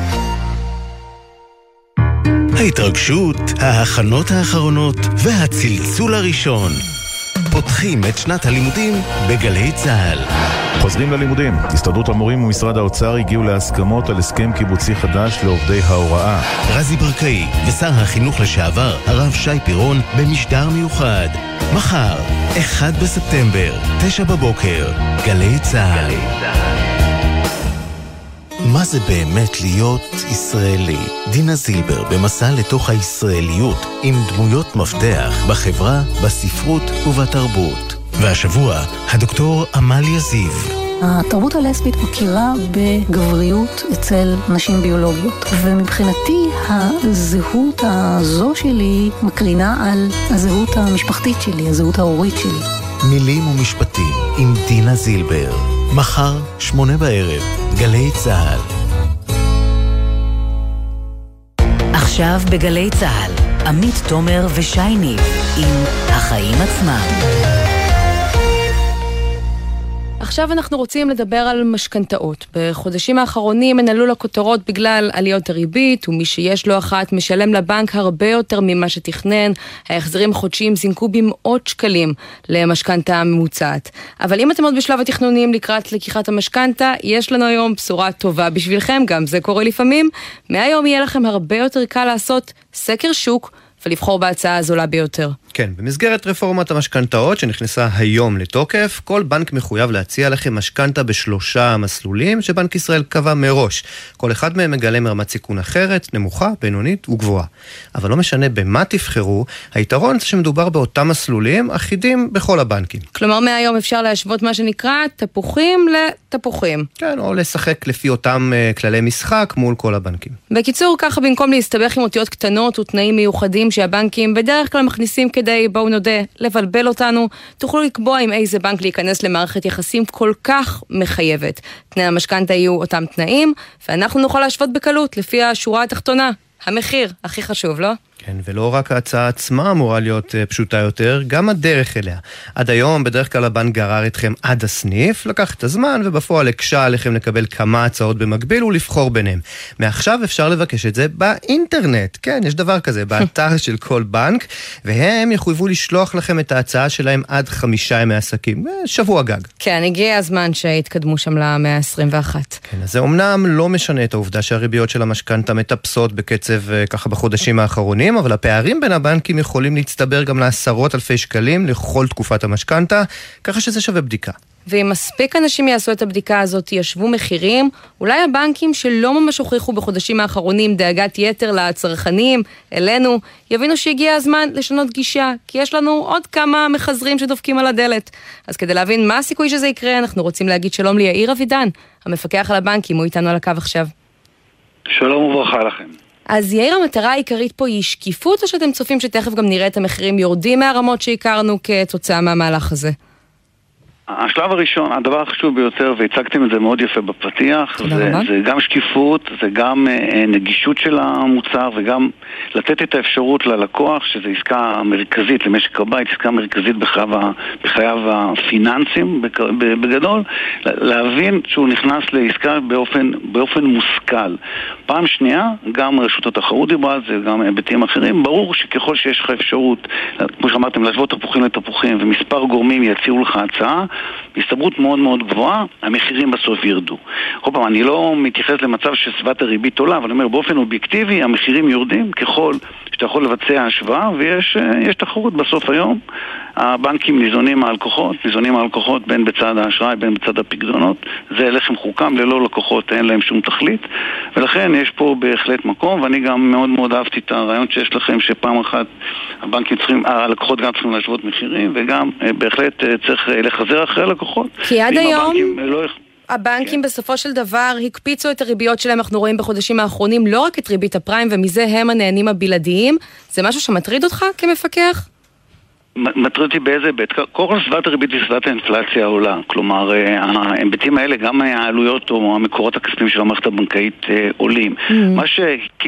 ההתרגשות, ההכנות האחרונות והצלצול הראשון. פותחים את שנת הלימודים בגלי צהל. חוזרים ללימודים. הסתדרות המורים ומשרד האוצר הגיעו להסכמות על הסכם קיבוצי חדש לעובדי ההוראה. רזי ברקאי ושר החינוך לשעבר, הרב שי פירון, במשדר מיוחד. מחר, אחד בספטמבר, תשע בבוקר, גלי צהל. גלי צהל. מה זה באמת להיות ישראלי? דינה זילבר במסע לתוך הישראליות עם דמויות מפתח בחברה, בספרות ובתרבות. והשבוע, הדוקטור עמליה זיו. התרבות הלסבית מכירה בגבריות אצל נשים ביולוגיות, ומבחינתי הזהות הזו שלי מקרינה על הזהות המשפחתית שלי, הזהות ההורית שלי. מילים ומשפטים עם דינה זילבר. מחר, שמונה בערב, גלי צהל. עכשיו בגלי צהל, עמית תומר ושי ניב עם החיים עצמם. עכשיו אנחנו רוצים לדבר על משכנתאות. בחודשים האחרונים הן עלו לכותרות בגלל עליות הריבית, ומי שיש לו אחת משלם לבנק הרבה יותר ממה שתכנן. ההחזרים החודשיים זינקו במאות שקלים למשכנתה הממוצעת. אבל אם אתם עוד בשלב התכנונים לקראת לקיחת המשכנתה, יש לנו היום בשורה טובה בשבילכם, גם זה קורה לפעמים. מהיום יהיה לכם הרבה יותר קל לעשות סקר שוק ולבחור בהצעה הזולה ביותר. כן, במסגרת רפורמת המשכנתאות שנכנסה היום לתוקף, כל בנק מחויב להציע לכם משכנתה בשלושה מסלולים שבנק ישראל קבע מראש. כל אחד מהם מגלם רמת סיכון אחרת, נמוכה, בינונית וגבוהה. אבל לא משנה במה תבחרו, היתרון זה שמדובר באותם מסלולים אחידים בכל הבנקים. כלומר, מהיום אפשר להשוות מה שנקרא תפוחים לתפוחים. כן, או לשחק לפי אותם uh, כללי משחק מול כל הבנקים. בקיצור, ככה במקום להסתבך עם אותיות קטנות ותנאים מיוחדים שהבנקים בדרך כלל מכניסים כדי, בואו נודה, לבלבל אותנו, תוכלו לקבוע עם איזה בנק להיכנס למערכת יחסים כל כך מחייבת. תנאי המשכנתה יהיו אותם תנאים, ואנחנו נוכל להשוות בקלות לפי השורה התחתונה. המחיר, הכי חשוב, לא? כן, ולא רק ההצעה עצמה אמורה להיות uh, פשוטה יותר, גם הדרך אליה. עד היום בדרך כלל הבנק גרר אתכם עד הסניף, לקח את הזמן ובפועל הקשה עליכם לקבל כמה הצעות במקביל ולבחור ביניהם. מעכשיו אפשר לבקש את זה באינטרנט. כן, יש דבר כזה, באתר של כל בנק, והם יחויבו לשלוח לכם את ההצעה שלהם עד חמישה ימי עסקים, שבוע גג. כן, הגיע הזמן שהתקדמו שם למאה ה-עשרים ואחת. כן, אז זה אומנם לא משנה את העובדה שהריביות של המשכנתה מטפסות בקצב uh, ככה בחודשים האחרונים, אבל הפערים בין הבנקים יכולים להצטבר גם לעשרות אלפי שקלים לכל תקופת המשכנתה, ככה שזה שווה בדיקה. ואם מספיק אנשים יעשו את הבדיקה הזאת, ישבו מחירים, אולי הבנקים שלא ממש הוכיחו בחודשים האחרונים דאגת יתר לצרכנים, אלינו, יבינו שהגיע הזמן לשנות גישה, כי יש לנו עוד כמה מחזרים שדופקים על הדלת. אז כדי להבין מה הסיכוי שזה יקרה, אנחנו רוצים להגיד שלום ליאיר אבידן, המפקח על הבנקים, הוא איתנו על הקו עכשיו. שלום וברכה לכם. אז יאיר, המטרה העיקרית פה היא שקיפות, או שאתם צופים שתכף גם נראה את המחירים יורדים מהרמות שהכרנו כתוצאה מהמהלך הזה? השלב הראשון, הדבר החשוב ביותר, והצגתם את זה מאוד יפה בפתיח, זה, זה גם שקיפות, זה גם אה, נגישות של המוצר, וגם לתת את האפשרות ללקוח, שזו עסקה מרכזית למשק הבית, עסקה מרכזית בחייו, בחייו הפיננסים בגדול, להבין שהוא נכנס לעסקה באופן, באופן מושכל. פעם שנייה, גם רשות התחרות דיברה על זה, גם היבטים אחרים, ברור שככל שיש לך אפשרות, כמו שאמרתם, להשוות תפוחים לתפוחים, ומספר גורמים יציעו לך הצעה, בהסתברות מאוד מאוד גבוהה, המחירים בסוף ירדו. כל פעם, אני לא מתייחס למצב שסביבת הריבית עולה, אבל אני אומר, באופן אובייקטיבי, המחירים יורדים ככל שאתה יכול לבצע השוואה, ויש יש תחרות בסוף היום. הבנקים ניזונים מהלקוחות, ניזונים מהלקוחות בין בצד האשראי, בין בצד הפקדונות. זה לחם חוקם, ללא לקוחות אין להם שום תכלית, ולכן יש פה בהחלט מקום, ואני גם מאוד מאוד אהבתי את הרעיון שיש לכם, שפעם אחת הבנקים צריכים, הלקוחות גם צריכים להשוות מחירים, וגם בהחלט צריך לחזר אחרי הלקוחות. כי עד היום לא... הבנקים כן. בסופו של דבר הקפיצו את הריביות שלהם, אנחנו רואים בחודשים האחרונים לא רק את ריבית הפריים, ומזה הם הנהנים הבלעדיים. זה משהו שמטריד אותך כמפקח? מטריד אותי באיזה בית? כל סביבת הריבית וסביבת האינפלציה עולה. כלומר, ההיבטים האלה, גם העלויות או המקורות הכספיים של המערכת הבנקאית עולים. Mm-hmm. מה ש...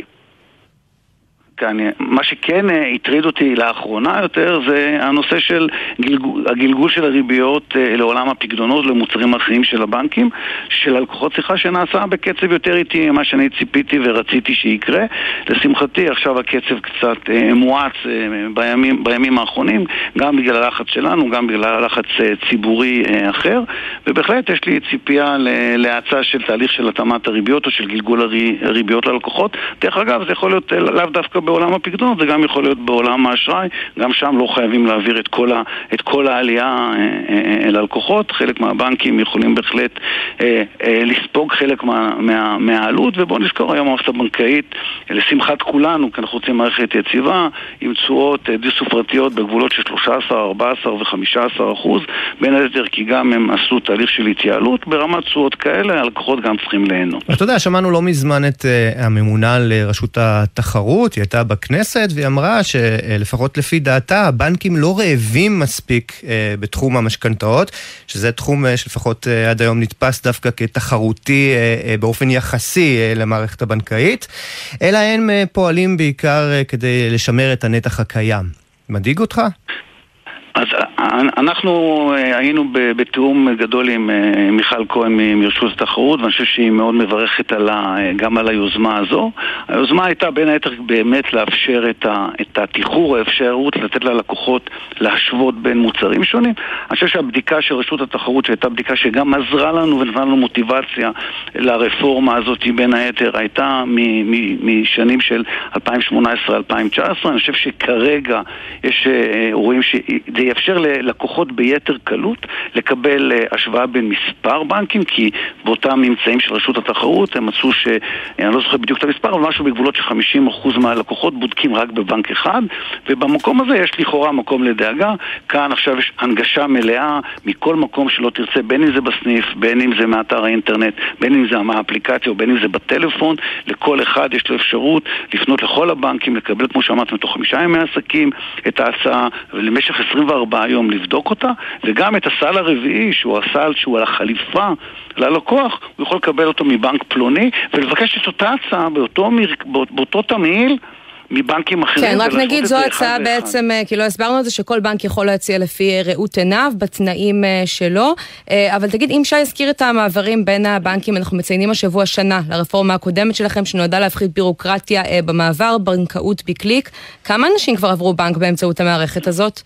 כאן, מה שכן הטריד אותי לאחרונה יותר זה הנושא של גלגול, הגלגול של הריביות לעולם הפקדונות למוצרים אחרים של הבנקים, של הלקוחות שיחה שנעשה בקצב יותר איטי ממה שאני ציפיתי ורציתי שיקרה. לשמחתי עכשיו הקצב קצת מואץ בימים, בימים האחרונים, גם בגלל הלחץ שלנו, גם בגלל הלחץ ציבורי אחר, ובהחלט יש לי ציפייה להאצה של תהליך של התאמת הריביות או של גלגול הריביות ללקוחות. דרך אגב, זה יכול להיות לאו דווקא בעולם הפקדונות, זה גם יכול להיות בעולם האשראי, גם שם לא חייבים להעביר את כל, ה, את כל העלייה אל הלקוחות, חלק מהבנקים יכולים בהחלט אה, אה, לספוג חלק מה, מה, מהעלות, ובואו נזכור היום המערכת הבנקאית, לשמחת כולנו, כי אנחנו רוצים מערכת יציבה, עם תשואות די סופרתיות בגבולות של שלושה עשר, ארבעה עשר ו-חמישה עשר אחוז, בין היתר כי גם הם עשו תהליך של התייעלות, ברמת תשואות כאלה, הלקוחות גם צריכים ליהנות. אתה יודע, שמענו לא מזמן את uh, הממונה לרשות התחרות, היא הייתה הייתה בכנסת, והיא אמרה שלפחות לפי דעתה, הבנקים לא רעבים מספיק בתחום המשכנתאות, שזה תחום שלפחות עד היום נתפס דווקא כתחרותי באופן יחסי למערכת הבנקאית, אלא הם פועלים בעיקר כדי לשמר את הנתח הקיים. מדאיג אותך? אז אנחנו היינו בתיאום גדול עם מיכל כהן מרשות התחרות, ואני חושב שהיא מאוד מברכת גם על היוזמה הזו. היוזמה הייתה בין היתר באמת לאפשר את התיחור, האפשרות לתת ללקוחות להשוות בין מוצרים שונים. אני חושב שהבדיקה של רשות התחרות, שהייתה בדיקה שגם עזרה לנו ונתנה לנו מוטיבציה לרפורמה הזאת, בין היתר הייתה משנים של אלפיים שמונה עשרה אלפיים תשע עשרה. אני חושב שכרגע יש רואים שזה יאפשר ללקוחות ביתר קלות לקבל השוואה בין מספר בנקים, כי באותם ממצאים של רשות התחרות הם מצאו ש... אני לא זוכר בדיוק את המספר, אבל משהו בגבולות ש-חמישים אחוז מהלקוחות בודקים רק בבנק אחד, ובמקום הזה יש לכאורה מקום לדאגה. כאן עכשיו יש הנגשה מלאה מכל מקום שלא תרצה, בין אם זה בסניף, בין אם זה מאתר האינטרנט, בין אם זה מהאפליקציה או בין אם זה בטלפון. לכל אחד יש לו אפשרות לפנות לכל הבנקים, לקבל, כמו שאמרתם, תוך חמישה ימי עסקים את ההצעה, ולמשך עשרים וארבעה יום לבדוק אותה, וגם את הסל הרביעי, שהוא הסל שהוא על החליפה ללקוח, הוא יכול לקבל אותו מבנק פלוני, ולבקש את אותה הצעה באותו, באותו תמהיל, מבנקים אחרים. כן, רק נגיד זו הצעה בעצם, כי לא הסברנו את זה, שכל בנק יכול להציע לפי ראות עיניו, בתנאים שלו, אבל תגיד, אם שי הזכיר את המעברים בין הבנקים, אנחנו מציינים השבוע שנה לרפורמה הקודמת שלכם, שנועדה להפחית בירוקרטיה במעבר, בנקאות בקליק. כמה אנשים כבר עברו בנק באמצעות המערכת הזאת?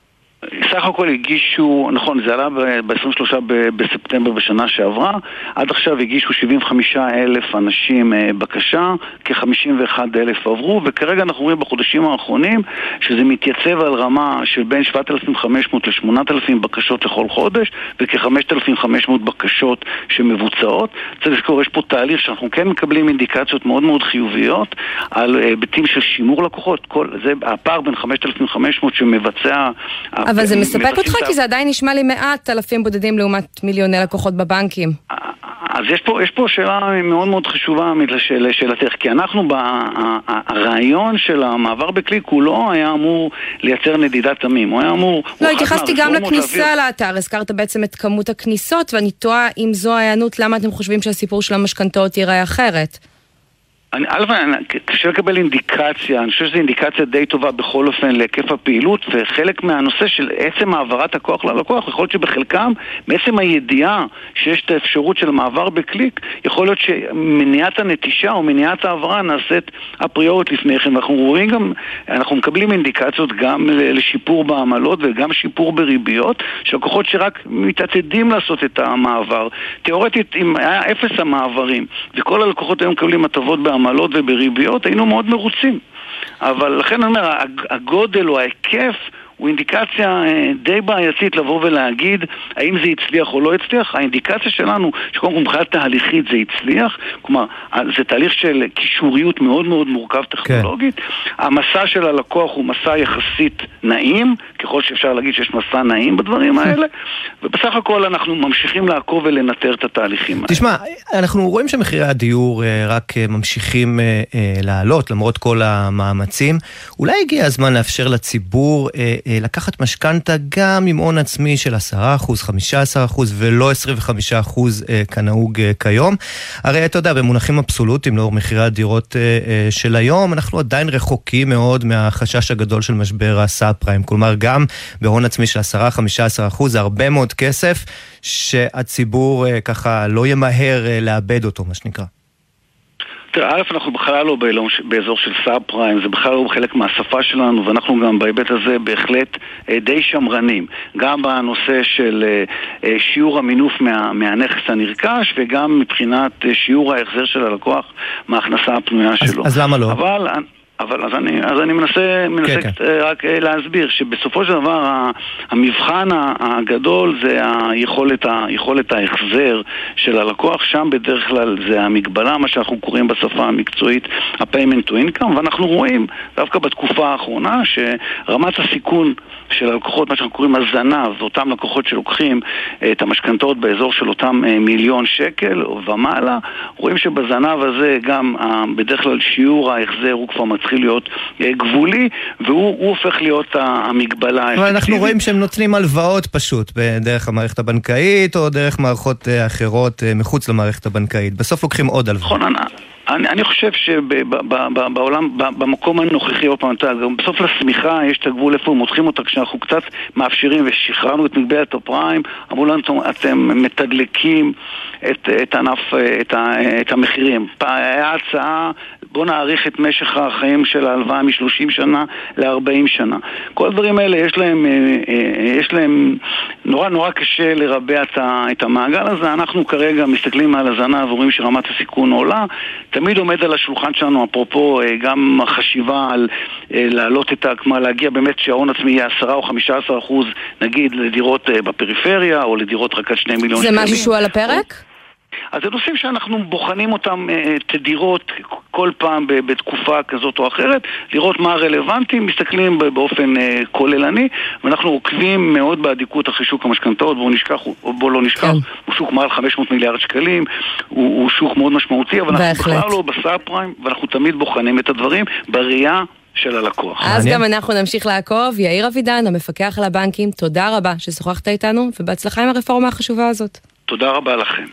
סך הכל הגישו, נכון, זה עלה ב-עשרים ושלושה בספטמבר בשנה שעברה, עד עכשיו הגישו שבעים וחמישה אלף אנשים בקשה, כ-חמישים ואחד אלף עברו, וכרגע אנחנו רואים בחודשים האחרונים שזה מתייצב על רמה של בין שבעת אלפים וחמש מאות ל-שמונת אלפים בקשות לכל חודש, וכ-חמשת אלפים וחמש מאות בקשות שמבוצעות. צריך לזכור, יש פה תהליך שאנחנו כן מקבלים אינדיקציות מאוד מאוד חיוביות על היבטים של שימור לקוחות. כל, זה הפער בין חמשת אלפים וחמש מאות שמבצע... אבל זה מספק אותך, כי זה עדיין נשמע לי מעט אלפים בודדים לעומת מיליוני לקוחות בבנקים. אז יש פה, יש פה שאלה מאוד מאוד חשובה לשאלתך, כי אנחנו, הרעיון של המעבר בקליק הוא לא היה אמור לייצר נדידת תמים, הוא היה אמור... לא, התייחסתי גם לכניסה לאתר, הזכרת בעצם את כמות הכניסות, ואני תוהה אם זו העיינות, למה אתם חושבים שהסיפור של המשכנתאות ייראה אחרת? אני, קשה לקבל אינדיקציה, אני חושב שזו אינדיקציה די טובה בכל אופן להיקף הפעילות, וחלק מהנושא של עצם העברת הכוח ללקוח, יכול להיות שבחלקם, בעצם הידיעה שיש את האפשרות של מעבר בקליק, יכול להיות שמניעת הנטישה או מניעת העברה נעשית אפריורית לפני כן, ואנחנו רואים גם, אנחנו מקבלים אינדיקציות גם לשיפור בעמלות וגם שיפור בריביות, שהלקוחות שרק מתעתדים לעשות את המעבר. תיאורטית, אם היה אפס המעברים, וכל הלקוחות היום מקבלים הטבות בעמלות, מעלות ובריביות, היינו מאוד מרוצים. אבל לכן אני אומר, הגודל או ההיקף הוא אינדיקציה די בעייתית לבוא ולהגיד האם זה הצליח או לא הצליח. האינדיקציה שלנו, שקודם כל מבחינת תהליכית זה הצליח, כלומר, זה תהליך של קישוריות מאוד מאוד מורכב טכנולוגית. כן. המסע של הלקוח הוא מסע יחסית נעים, ככל שאפשר להגיד שיש מסע נעים בדברים האלה, ובסך הכל אנחנו ממשיכים לעקוב ולנטר את התהליכים האלה. תשמע, אנחנו רואים שמחירי הדיור רק ממשיכים לעלות, למרות כל המאמצים. אולי הגיע הזמן לאפשר לציבור לקחת משכנתה גם עם הון עצמי של עשרה אחוז, חמישה עשר אחוז ולא עשרים וחמישה אחוז כנהוג כיום. הרי אתה יודע, במונחים אבסולוטיים לאור מחירי הדירות של היום, אנחנו עדיין רחוקים מאוד מהחשש הגדול של משבר הסאב פריים. כלומר, גם בהון עצמי של עשרה עד חמישה עשר אחוז, זה הרבה מאוד כסף שהציבור ככה לא ימהר לאבד אותו, מה שנקרא. תראה, א', אנחנו בכלל לא באזור של סאב פריים, זה בכלל לא חלק מהשפה שלנו, ואנחנו גם בהיבט הזה בהחלט די שמרנים, גם בנושא של שיעור המינוף מה, מהנכס הנרכש, וגם מבחינת שיעור ההחזר של הלקוח מההכנסה הפנויה שלו. אז, אז למה לא? אבל... אבל אז אני, אז אני מנסה, מנסה כן, כן. רק להסביר שבסופו של דבר המבחן הגדול זה היכולת, היכולת ההחזר של הלקוח, שם בדרך כלל זה המגבלה, מה שאנחנו קוראים בשפה המקצועית ה-payment to income, ואנחנו רואים דווקא בתקופה האחרונה שרמת הסיכון של הלקוחות, מה שאנחנו קוראים הזנב, ואותם לקוחות שלוקחים את המשכנתאות באזור של אותם מיליון שקל ומעלה, רואים שבזנב הזה גם בדרך כלל שיעור ההחזר הוא כבר מצליח, מתחיל להיות גבולי, והוא הופך להיות המגבלה. אבל אנחנו רואים שהם נותנים הלוואות פשוט, בדרך המערכת הבנקאית, או דרך מערכות אחרות מחוץ למערכת הבנקאית. בסוף לוקחים עוד הלוואות. נכון, אני, אני חושב שבעולם, במקום הנוכחי, בסוף לסמיכה יש את הגבול איפה מותחים אותה, כשאנחנו קצת מאפשרים ושחררנו את מגבלת הפריים, אמרו לנו, אתם מתדלקים את, את ענף, את, ה, את המחירים. היה הצעה, בוא נעריך את משך החיים של ההלוואה מ-שלושים שנה ל-ארבעים שנה. כל הדברים האלה יש להם, יש להם נורא נורא קשה לרבע את המעגל הזה. אנחנו כרגע מסתכלים על הזנה ורואים שרמת הסיכון עולה. תמיד עומד על השולחן שלנו, אפרופו, גם חשיבה על להעלות את הכמה, להגיע באמת שההון עצמי יהיה עשרה או חמישה עשר אחוז, נגיד, לדירות בפריפריה, או לדירות רק עד שני מיליון שקלים. זה משהו שהוא על הפרק? אז זה נושאים שאנחנו בוחנים אותם תדירות כל פעם בתקופה כזאת או אחרת, לראות מה הרלוונטי, מסתכלים באופן כוללני, ואנחנו עוקבים מאוד בעדיקות אחרי שוק המשכנתאות, בואו נשכח, בואו לא נשכח, כן. הוא שוק מעל חמש מאות מיליארד שקלים, הוא, הוא שוק מאוד משמעותי, אבל אנחנו בכלל לא בסאב פריים, ואנחנו תמיד בוחנים את הדברים בראייה של הלקוח. אז גם אנחנו נמשיך לעקוב. יאיר אבידן, המפקח על הבנקים, תודה רבה ששוחחת איתנו, ובהצלחה עם הרפורמה החשובה הזאת. תודה רבה לכם.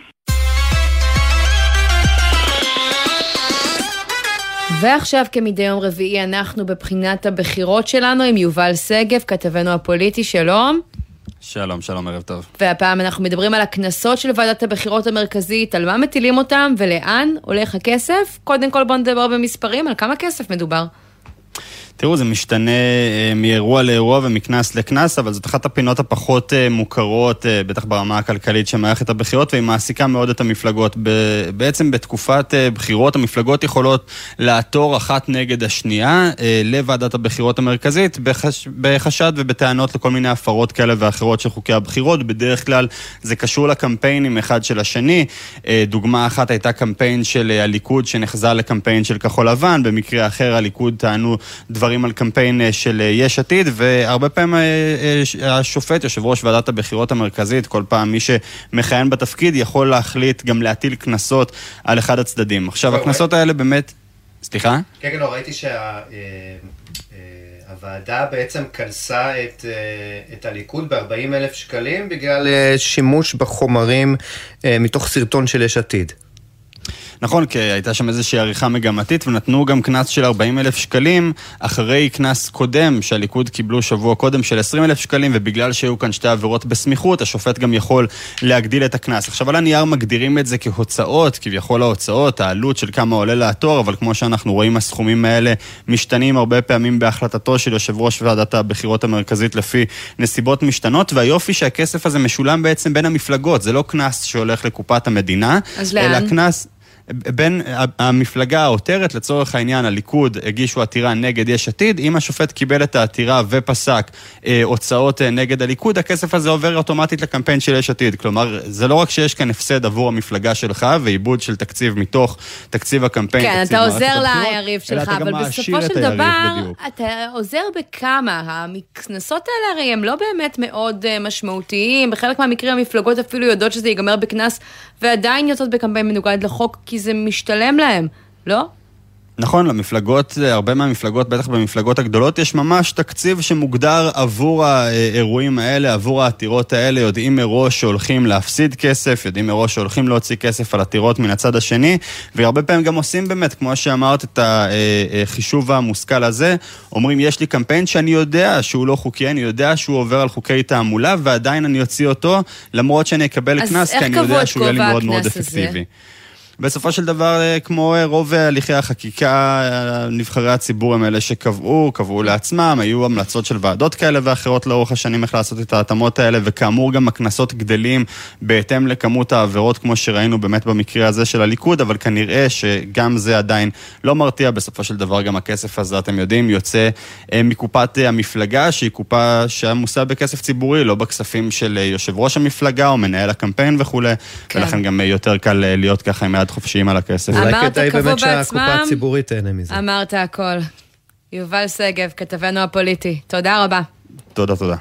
ועכשיו כמדי יום רביעי אנחנו בבחינת הבחירות שלנו עם יובל סגב, כתבנו הפוליטי. שלום. שלום, שלום, ערב טוב. והפעם אנחנו מדברים על הכנסות של ועדת הבחירות המרכזית, על מה מטילים אותם ולאן הולך הכסף. קודם כל בוא נדבר במספרים, על כמה כסף מדובר. תראו, זה משתנה מאירוע לאירוע ומכנס לכנס, אבל זאת אחת הפינות הפחות מוכרות, בטח ברמה הכלכלית של מערכת הבחירות, והיא מעסיקה מאוד את המפלגות. בעצם בתקופת בחירות, המפלגות יכולות לעתור אחת נגד השנייה לוועדת הבחירות המרכזית, בחש... בחשד ובטענות לכל מיני הפרות כאלה ואחרות של חוקי הבחירות. בדרך כלל זה קשור לקמפיינים אחד של השני. דוגמה אחת הייתה קמפיין של הליכוד שנחזה לקמפיין של כחול לבן, במקרה אחר הליכוד טענו דברים על קמפיין של יש עתיד, והרבה פעמים השופט, יושב ראש ועדת הבחירות המרכזית, כל פעם מי שמכהן בתפקיד יכול להחליט גם להטיל כנסות על אחד הצדדים. עכשיו, הכנסות האלה באמת... סליחה? כן, כן, לא, ראיתי שהוועדה בעצם כנסה את הליכוד ב-ארבעים אלף שקלים בגלל שימוש בחומרים מתוך סרטון של יש עתיד. נכון, כי הייתה שם איזושהי עריכה מגמתית, ונתנו גם כנס של ארבעים אלף שקלים, אחרי כנס קודם שהליכוד קיבלו שבוע קודם של עשרים אלף שקלים, ובגלל שהיו כאן שתי עבירות בסמיכות, השופט גם יכול להגדיל את הכנס. עכשיו על הנייר מגדירים את זה כהוצאות, כביכול ההוצאות, העלות של כמה עולה לעתור, אבל כמו שאנחנו רואים, הסכומים האלה משתנים הרבה פעמים בהחלטתו של יושב ראש ועדת הבחירות המרכזית לפי נסיבות משתנות, והיופי שהכסף הזה משולם בעצם בין המפלגות, זה לא כנס שהולך לקופת המדינה, אלא כנס... בין המפלגה העותרת, לצורך העניין הליכוד הגישו עתירה נגד יש עתיד, אם השופט קיבל את העתירה ופסק אה, הוצאות אה, נגד הליכוד, הכסף הזה עובר אוטומטית לקמפיין של יש עתיד. כלומר, זה לא רק שיש כאן הפסד עבור המפלגה שלך, ועיבוד של תקציב מתוך תקציב הקמפיין. כן, אתה עוזר ליריב שלך, אבל בסופו של דבר, אתה עוזר בכמה. המכנסות האלה הרי הם לא באמת מאוד uh, משמעותיים, בחלק מהמקרים המפלגות אפילו יודעות שזה ייגמר בכנס, ועדיין יוצאות בקמפיין מנוגד לחוק, כי זה משתלם להם, לא? נכון, למפלגות, הרבה מהמפלגות, בטח במפלגות הגדולות, יש ממש תקציב שמוגדר עבור האירועים האלה, עבור העתירות האלה, יודעים מראש שהולכים להפסיד כסף, יודעים מראש שהולכים להוציא כסף על עתירות מן הצד השני, והרבה פעמים גם עושים באמת, כמו שאמרת, את החישוב המושכל הזה, אומרים, יש לי קמפיין שאני יודע שהוא לא חוקי, אני יודע שהוא עובר על חוקי תעמולה, ועדיין אני אוציא אותו, למרות שאני אקבל כנס, כי אני יודע שהוא יהיה לי מאוד מאוד אפקטיבי. בסופו של דבר, כמו רוב הליכי החקיקה, נבחרי הציבור הם אלה שקבעו, קבעו לעצמם, היו המלצות של ועדות כאלה ואחרות לאורך השנים איך לעשות את ההתאמות האלה, וכאמור גם הכנסות גדלים בהתאם לכמות העבירות, כמו שראינו באמת במקרה הזה של הליכוד, אבל כנראה שגם זה עדיין לא מרתיע, בסופו של דבר גם הכסף הזה, אתם יודעים, יוצא מקופת המפלגה, שהיא קופה שעמוסה בכסף ציבורי, לא בכספים של יושב ראש המפלגה או מנהל הקמפיין וכו', ולכן גם יותר קל להיות ככה עם יד חופשיים על הכסף. אולי כדאי באמת שהקופה הציבורית תהנה מזה. אמרת הכל. יובל סגב, כתבנו הפוליטי. תודה רבה. תודה, תודה.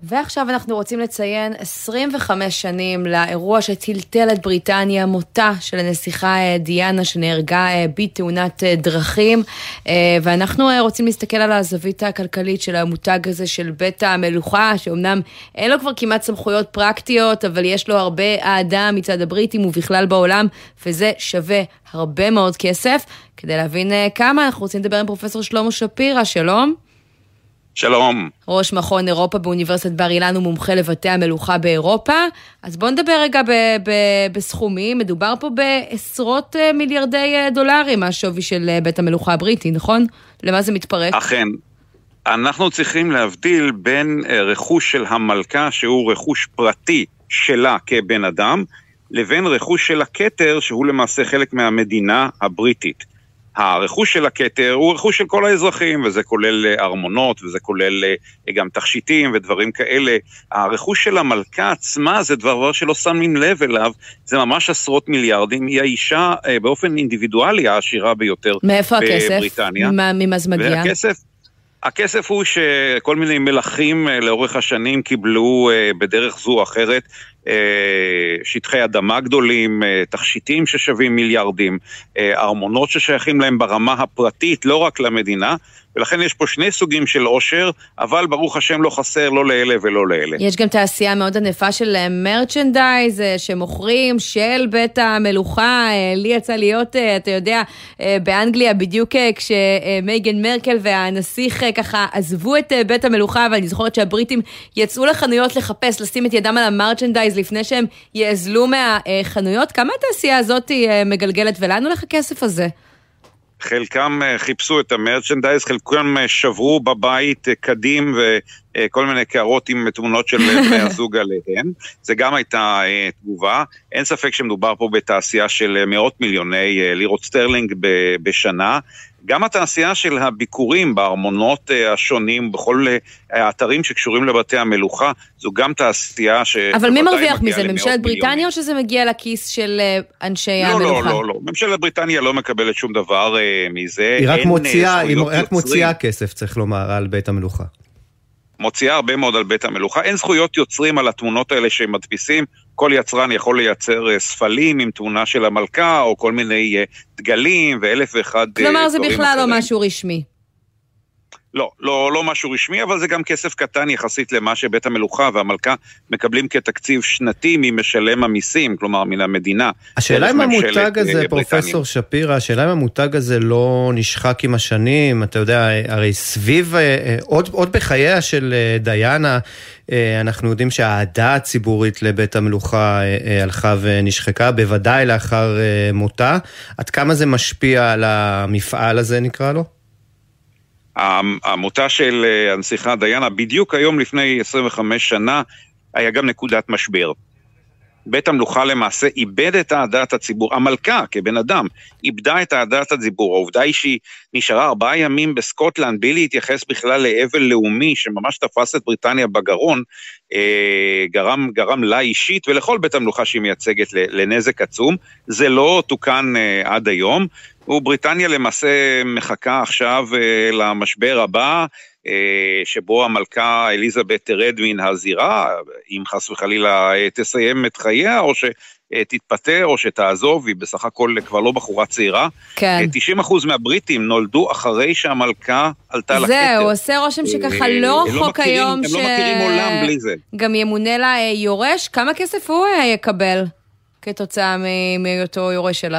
ועכשיו אנחנו רוצים לציין עשרים וחמש שנים לאירוע שטלטל את בריטניה, מותה של הנסיכה דיאנה שנהרגה בתאונת דרכים, ואנחנו רוצים להסתכל על הזווית הכלכלית של המותג הזה של בית המלוכה, שאומנם אין לו כבר כמעט סמכויות פרקטיות, אבל יש לו הרבה אהדה מצד הבריטים ובכלל בעולם, וזה שווה הרבה מאוד כסף. כדי להבין כמה, אנחנו רוצים לדבר עם פרופסור שלמה שפירא. שלום. שלום. ראש מכון אירופה באוניברסיטת בר אילן ומומחה לבתי המלוכה באירופה. אז בואו נדבר רגע ב- ב- בסכומים. מדובר פה בעשרות מיליארדי דולרים, השווי של בית המלוכה הבריטי, נכון? למה זה מתפרק? אכן. אנחנו צריכים להבדיל בין רכוש של המלכה, שהוא רכוש פרטי שלה כבן אדם, לבין רכוש של הכתר, שהוא למעשה חלק מהמדינה הבריטית. הרכוש של הכתר הוא רכוש של כל האזרחים, וזה כולל ארמונות, וזה כולל גם תכשיטים ודברים כאלה. הרכוש של המלכה עצמה זה דבר שלא שמים לב אליו, זה ממש עשרות מיליארדים, היא האישה באופן אינדיבידואלי העשירה ביותר מאיפה בבריטניה. הכסף? ממה זה מגיע? והכסף, הכסף הוא שכל מיני מלכים לאורך השנים קיבלו בדרך זו או אחרת שטחי אדמה גדולים, תכשיטים ששווים מיליארדים, ארמונות ששייכים להם ברמה הפרטית, לא רק למדינה, ולכן יש פה שני סוגים של עושר, אבל ברוך השם לא חסר לא לאלה ולא לאלה. יש גם תעשייה מאוד ענפה של מרצ'נדייז שמוכרים של בית המלוכה. לי יצא להיות, אתה יודע, באנגליה בדיוק כשמייגן מרקל והנסיך ככה עזבו את בית המלוכה, אבל אני זוכרת שהבריטים יצאו לחנויות לחפש, לשים את ידם על המרצ'נדייז לפני שהם יעזלו מהחנויות. כמה התעשייה הזאת מגלגלת ולאן הולך הכסף הזה? חלקם חיפשו את המרצ'נדייז, חלקם שברו בבית קדים וכל מיני קערות עם תמונות של בני הזוג עליהן. זה גם הייתה תגובה. אין ספק שמדובר פה בתעשייה של מאות מיליוני לירות סטרלינג בשנה. גם התעשייה של הביקורים בארמונות השונים, בכל האתרים שקשורים לבתי המלוכה, זו גם תעשייה ש... אבל מי מרוויח מזה? ממשלת בריטניה או שזה מגיע לכיס של אנשי לא, המלוכה? לא, לא, לא. ממשלת בריטניה לא מקבלת שום דבר uh, מזה. היא רק מוציאה, היא רק מוציאה כסף, צריך לומר, על בית המלוכה. מוציאה הרבה מאוד על בית המלוכה. אין זכויות יוצרים על התמונות האלה שהם מדפיסים. כל יצרן יכול לייצר ספלים עם תמונה של המלכה, או כל מיני דגלים, ואלף ואחד דברים. כלומר, זה בכלל לא משהו רשמי. לא, לא, לא משהו רשמי, אבל זה גם כסף קטן יחסית למה שבית המלוכה והמלכה מקבלים כתקציב שנתי ממשלם המיסים, כלומר מן המדינה. השאלה אם המותג הזה, פרופסור שפירא, השאלה אם המותג הזה לא נשחק עם השנים, אתה יודע, הרי סביב, עוד, עוד בחייה של דיאנה, אנחנו יודעים שהאהדה הציבורית לבית המלוכה הלכה ונשחקה, בוודאי לאחר מותה. עד כמה זה משפיע על המפעל הזה, נקרא לו? המותה של הנסיכה דיאנה, בדיוק היום לפני עשרים וחמש שנה, היה גם נקודת משבר. בית המלוכה למעשה איבד את אהדת הציבור, המלכה כבן אדם, איבדה את אהדת הציבור. העובדה היא שהיא נשארה ארבעה ימים בסקוטלנד, בלי להתייחס בכלל לאבל לאומי, שממש תפס את בריטניה בגרון, גרם, גרם לה אישית, ולכל בית המלוכה שהיא מייצגת לנזק עצום. זה לא תוקן עד היום, ובריטניה למעשה מחכה עכשיו למשבר הבא, שבו המלכה אליזבת תרד מן הזירה, אם חס וחלילה תסיים את חייה, או שתתפטר, או שתעזוב, היא בסך הכל כבר לא בחורה צעירה. כן. תשעים אחוז מהבריטים נולדו אחרי שהמלכה עלתה לכתר. זהו, עושה רושם שככה לא רחוק היום, הם לא מכירים עולם בלי זה. גם ימונה לה יורש, כמה כסף הוא יקבל כתוצאה מאותו יורש שלה?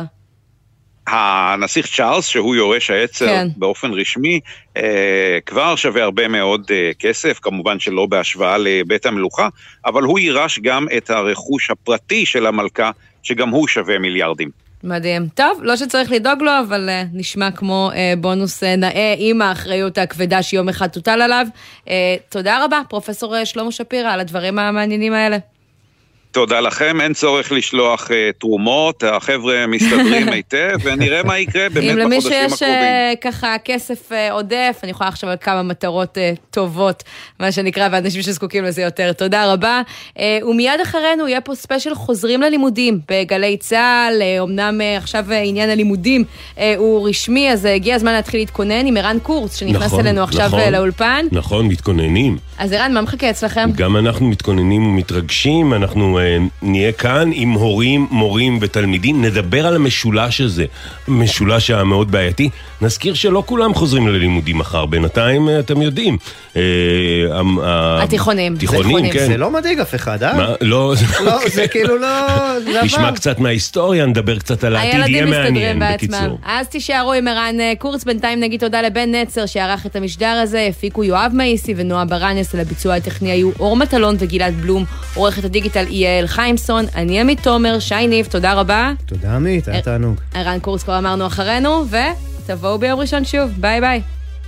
הנסיך צ'ארלס, שהוא יורש העצר כן. באופן רשמי, אה, כבר שווה הרבה מאוד אה, כסף, כמובן שלא בהשוואה לבית המלוכה, אבל הוא יירש גם את הרכוש הפרטי של המלכה, שגם הוא שווה מיליארדים. מדהים. טוב, לא שצריך לדאוג לו, אבל uh, נשמע כמו uh, בונוס uh, נאה עם האחריות הכבדה שיום אחד תוטל עליו. Uh, תודה רבה, פרופסור שלמה שפירא, על הדברים המעניינים האלה. תודה לכם, אין צורך לשלוח uh, תרומות, החבר'ה מסתדרים היטב, ונראה מה יקרה באמת בחודשים הקרובים. אם למי שיש uh, ככה כסף uh, עודף, אני יכולה לחשוב על כמה מטרות uh, טובות, מה שנקרא, ואנשים שזקוקים לזה יותר. תודה רבה. Uh, ומיד אחרינו יהיה פה ספיישל חוזרים ללימודים בגלי צהל, uh, אמנם uh, עכשיו uh, עניין הלימודים uh, הוא רשמי, אז uh, הגיע הזמן להתחיל להתכונן עם ערן קורץ, שנכנס נכון, אלינו עכשיו נכון, לאולפן. נכון, מתכוננים. אז ערן, מה מחכה אצלכם? גם אנחנו מתכוננים ומתרגשים, אנחנו uh, נהיה כאן עם הורים, מורים ותלמידים, נדבר על המשולש הזה, משולש המאוד בעייתי. נזכיר שלא כולם חוזרים ללימודים מחר, בינתיים אתם יודעים. Uh, התיכונים. תיכונים, כן. זה לא מדאיג אף אחד, אה? מה? לא, לא, זה כאילו לא... נשמע קצת מההיסטוריה, נדבר קצת על העתיד, יהיה מעניין בקיצור. אז תישארו עם ערן קורץ, בינתיים נגיד תודה לבן נצר שערך את המשדר הזה, הפיקו יואב מאיסי ונועה ברנס, על הביצוע הטכני היו אור מטלון וגלעד בלום, עורכת הדיגיטל יעל חיימסון, אני עמית תומר, שי ניב, תודה רבה. תודה עמית, היה תענוג. ערן קורץ כבר אמרנו אחרינו, ותבואו ביום ראשון שוב, ביי ביי.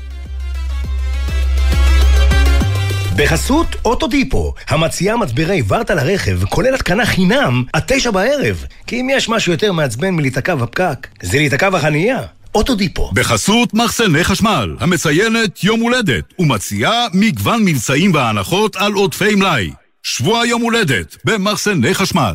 בחסות אוטודיפו, המציעה מצברי ורטה לרכב, כולל התקנה חינם, עד תשע בערב. כי אם יש משהו יותר מעצבן מלהיתקע בפקק, זה להיתקע בחנייה. אוטודיפו. בחסות מחסני חשמל, המציינת יום הולדת, ומציעה מגוון מבצעים והנחות על עודפי מלאי. שבוע יום הולדת, במחסני חשמל.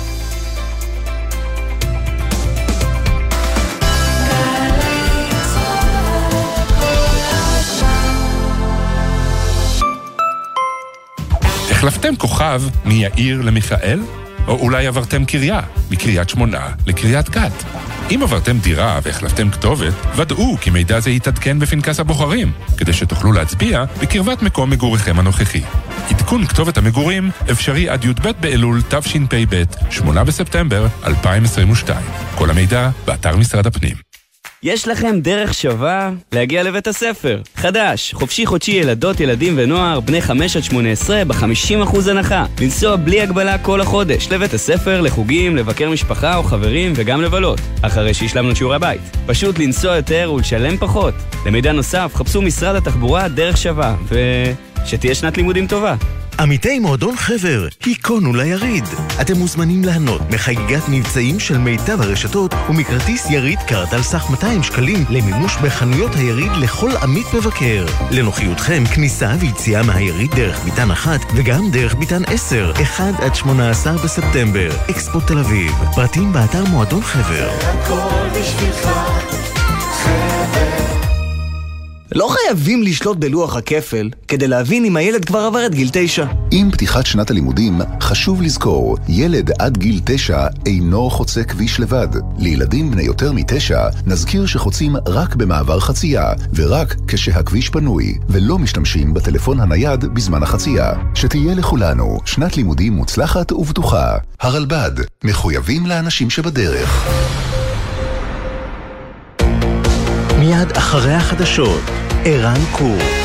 החלפתם כוכב מיעיר למיכאל? או אולי עברתם קריה, מקריית שמונה לקריית גת? אם עברתם דירה והחלפתם כתובת, ודאו כי מידע זה יתעדכן בפנקס הבוחרים, כדי שתוכלו להצביע בקרבת מקום מגוריכם הנוכחי. עדכון כתובת המגורים אפשרי עד י"ב באלול תשפ"ב, שמונה בספטמבר אלפיים עשרים ושתיים. כל המידע באתר משרד הפנים. יש לכם דרך שווה להגיע לבית הספר. חדש, חופשי חודשי ילדות, ילדים ונוער, בני חמש עד שמונה עשרה ב-חמישים אחוז הנחה. לנסוע בלי הגבלה כל החודש, לבית הספר, לחוגים, לבקר משפחה או חברים וגם לבלות. אחרי שהשלמנו שיעורי בית. פשוט לנסוע יותר ולשלם פחות. למידע נוסף, חפשו משרד התחבורה דרך שווה, ושתהיה שנת לימודים טובה. עמיתי מועדון חבר, היכונו ליריד. אתם מוזמנים ליהנות מחגיגת מבצעים של מיטב הרשתות ומכרטיס יריד קארד על סך מאתיים שקלים למימוש בחנויות היריד לכל עמית מבקר. לנוחיותכם, כניסה ויציאה מהיריד דרך ביתן אחת וגם דרך ביתן עשר, אחד עד שמונה עשר בספטמבר, אקספו תל אביב. פרטים באתר מועדון חבר. הכל בשבילך, חבר. לא חייבים לשלוט בלוח הכפל כדי להבין אם הילד כבר עבר את גיל תשע. עם פתיחת שנת הלימודים חשוב לזכור, ילד עד גיל תשע אינו חוצה כביש לבד. לילדים בני יותר מתשע נזכיר שחוצים רק במעבר חצייה ורק כשהכביש פנוי, ולא משתמשים בטלפון הנייד בזמן החצייה. שתהיה לכולנו שנת לימודים מוצלחת ובטוחה. הרלב"ד, מחויבים לאנשים שבדרך. מיד אחרי החדשות, ערן קורץ.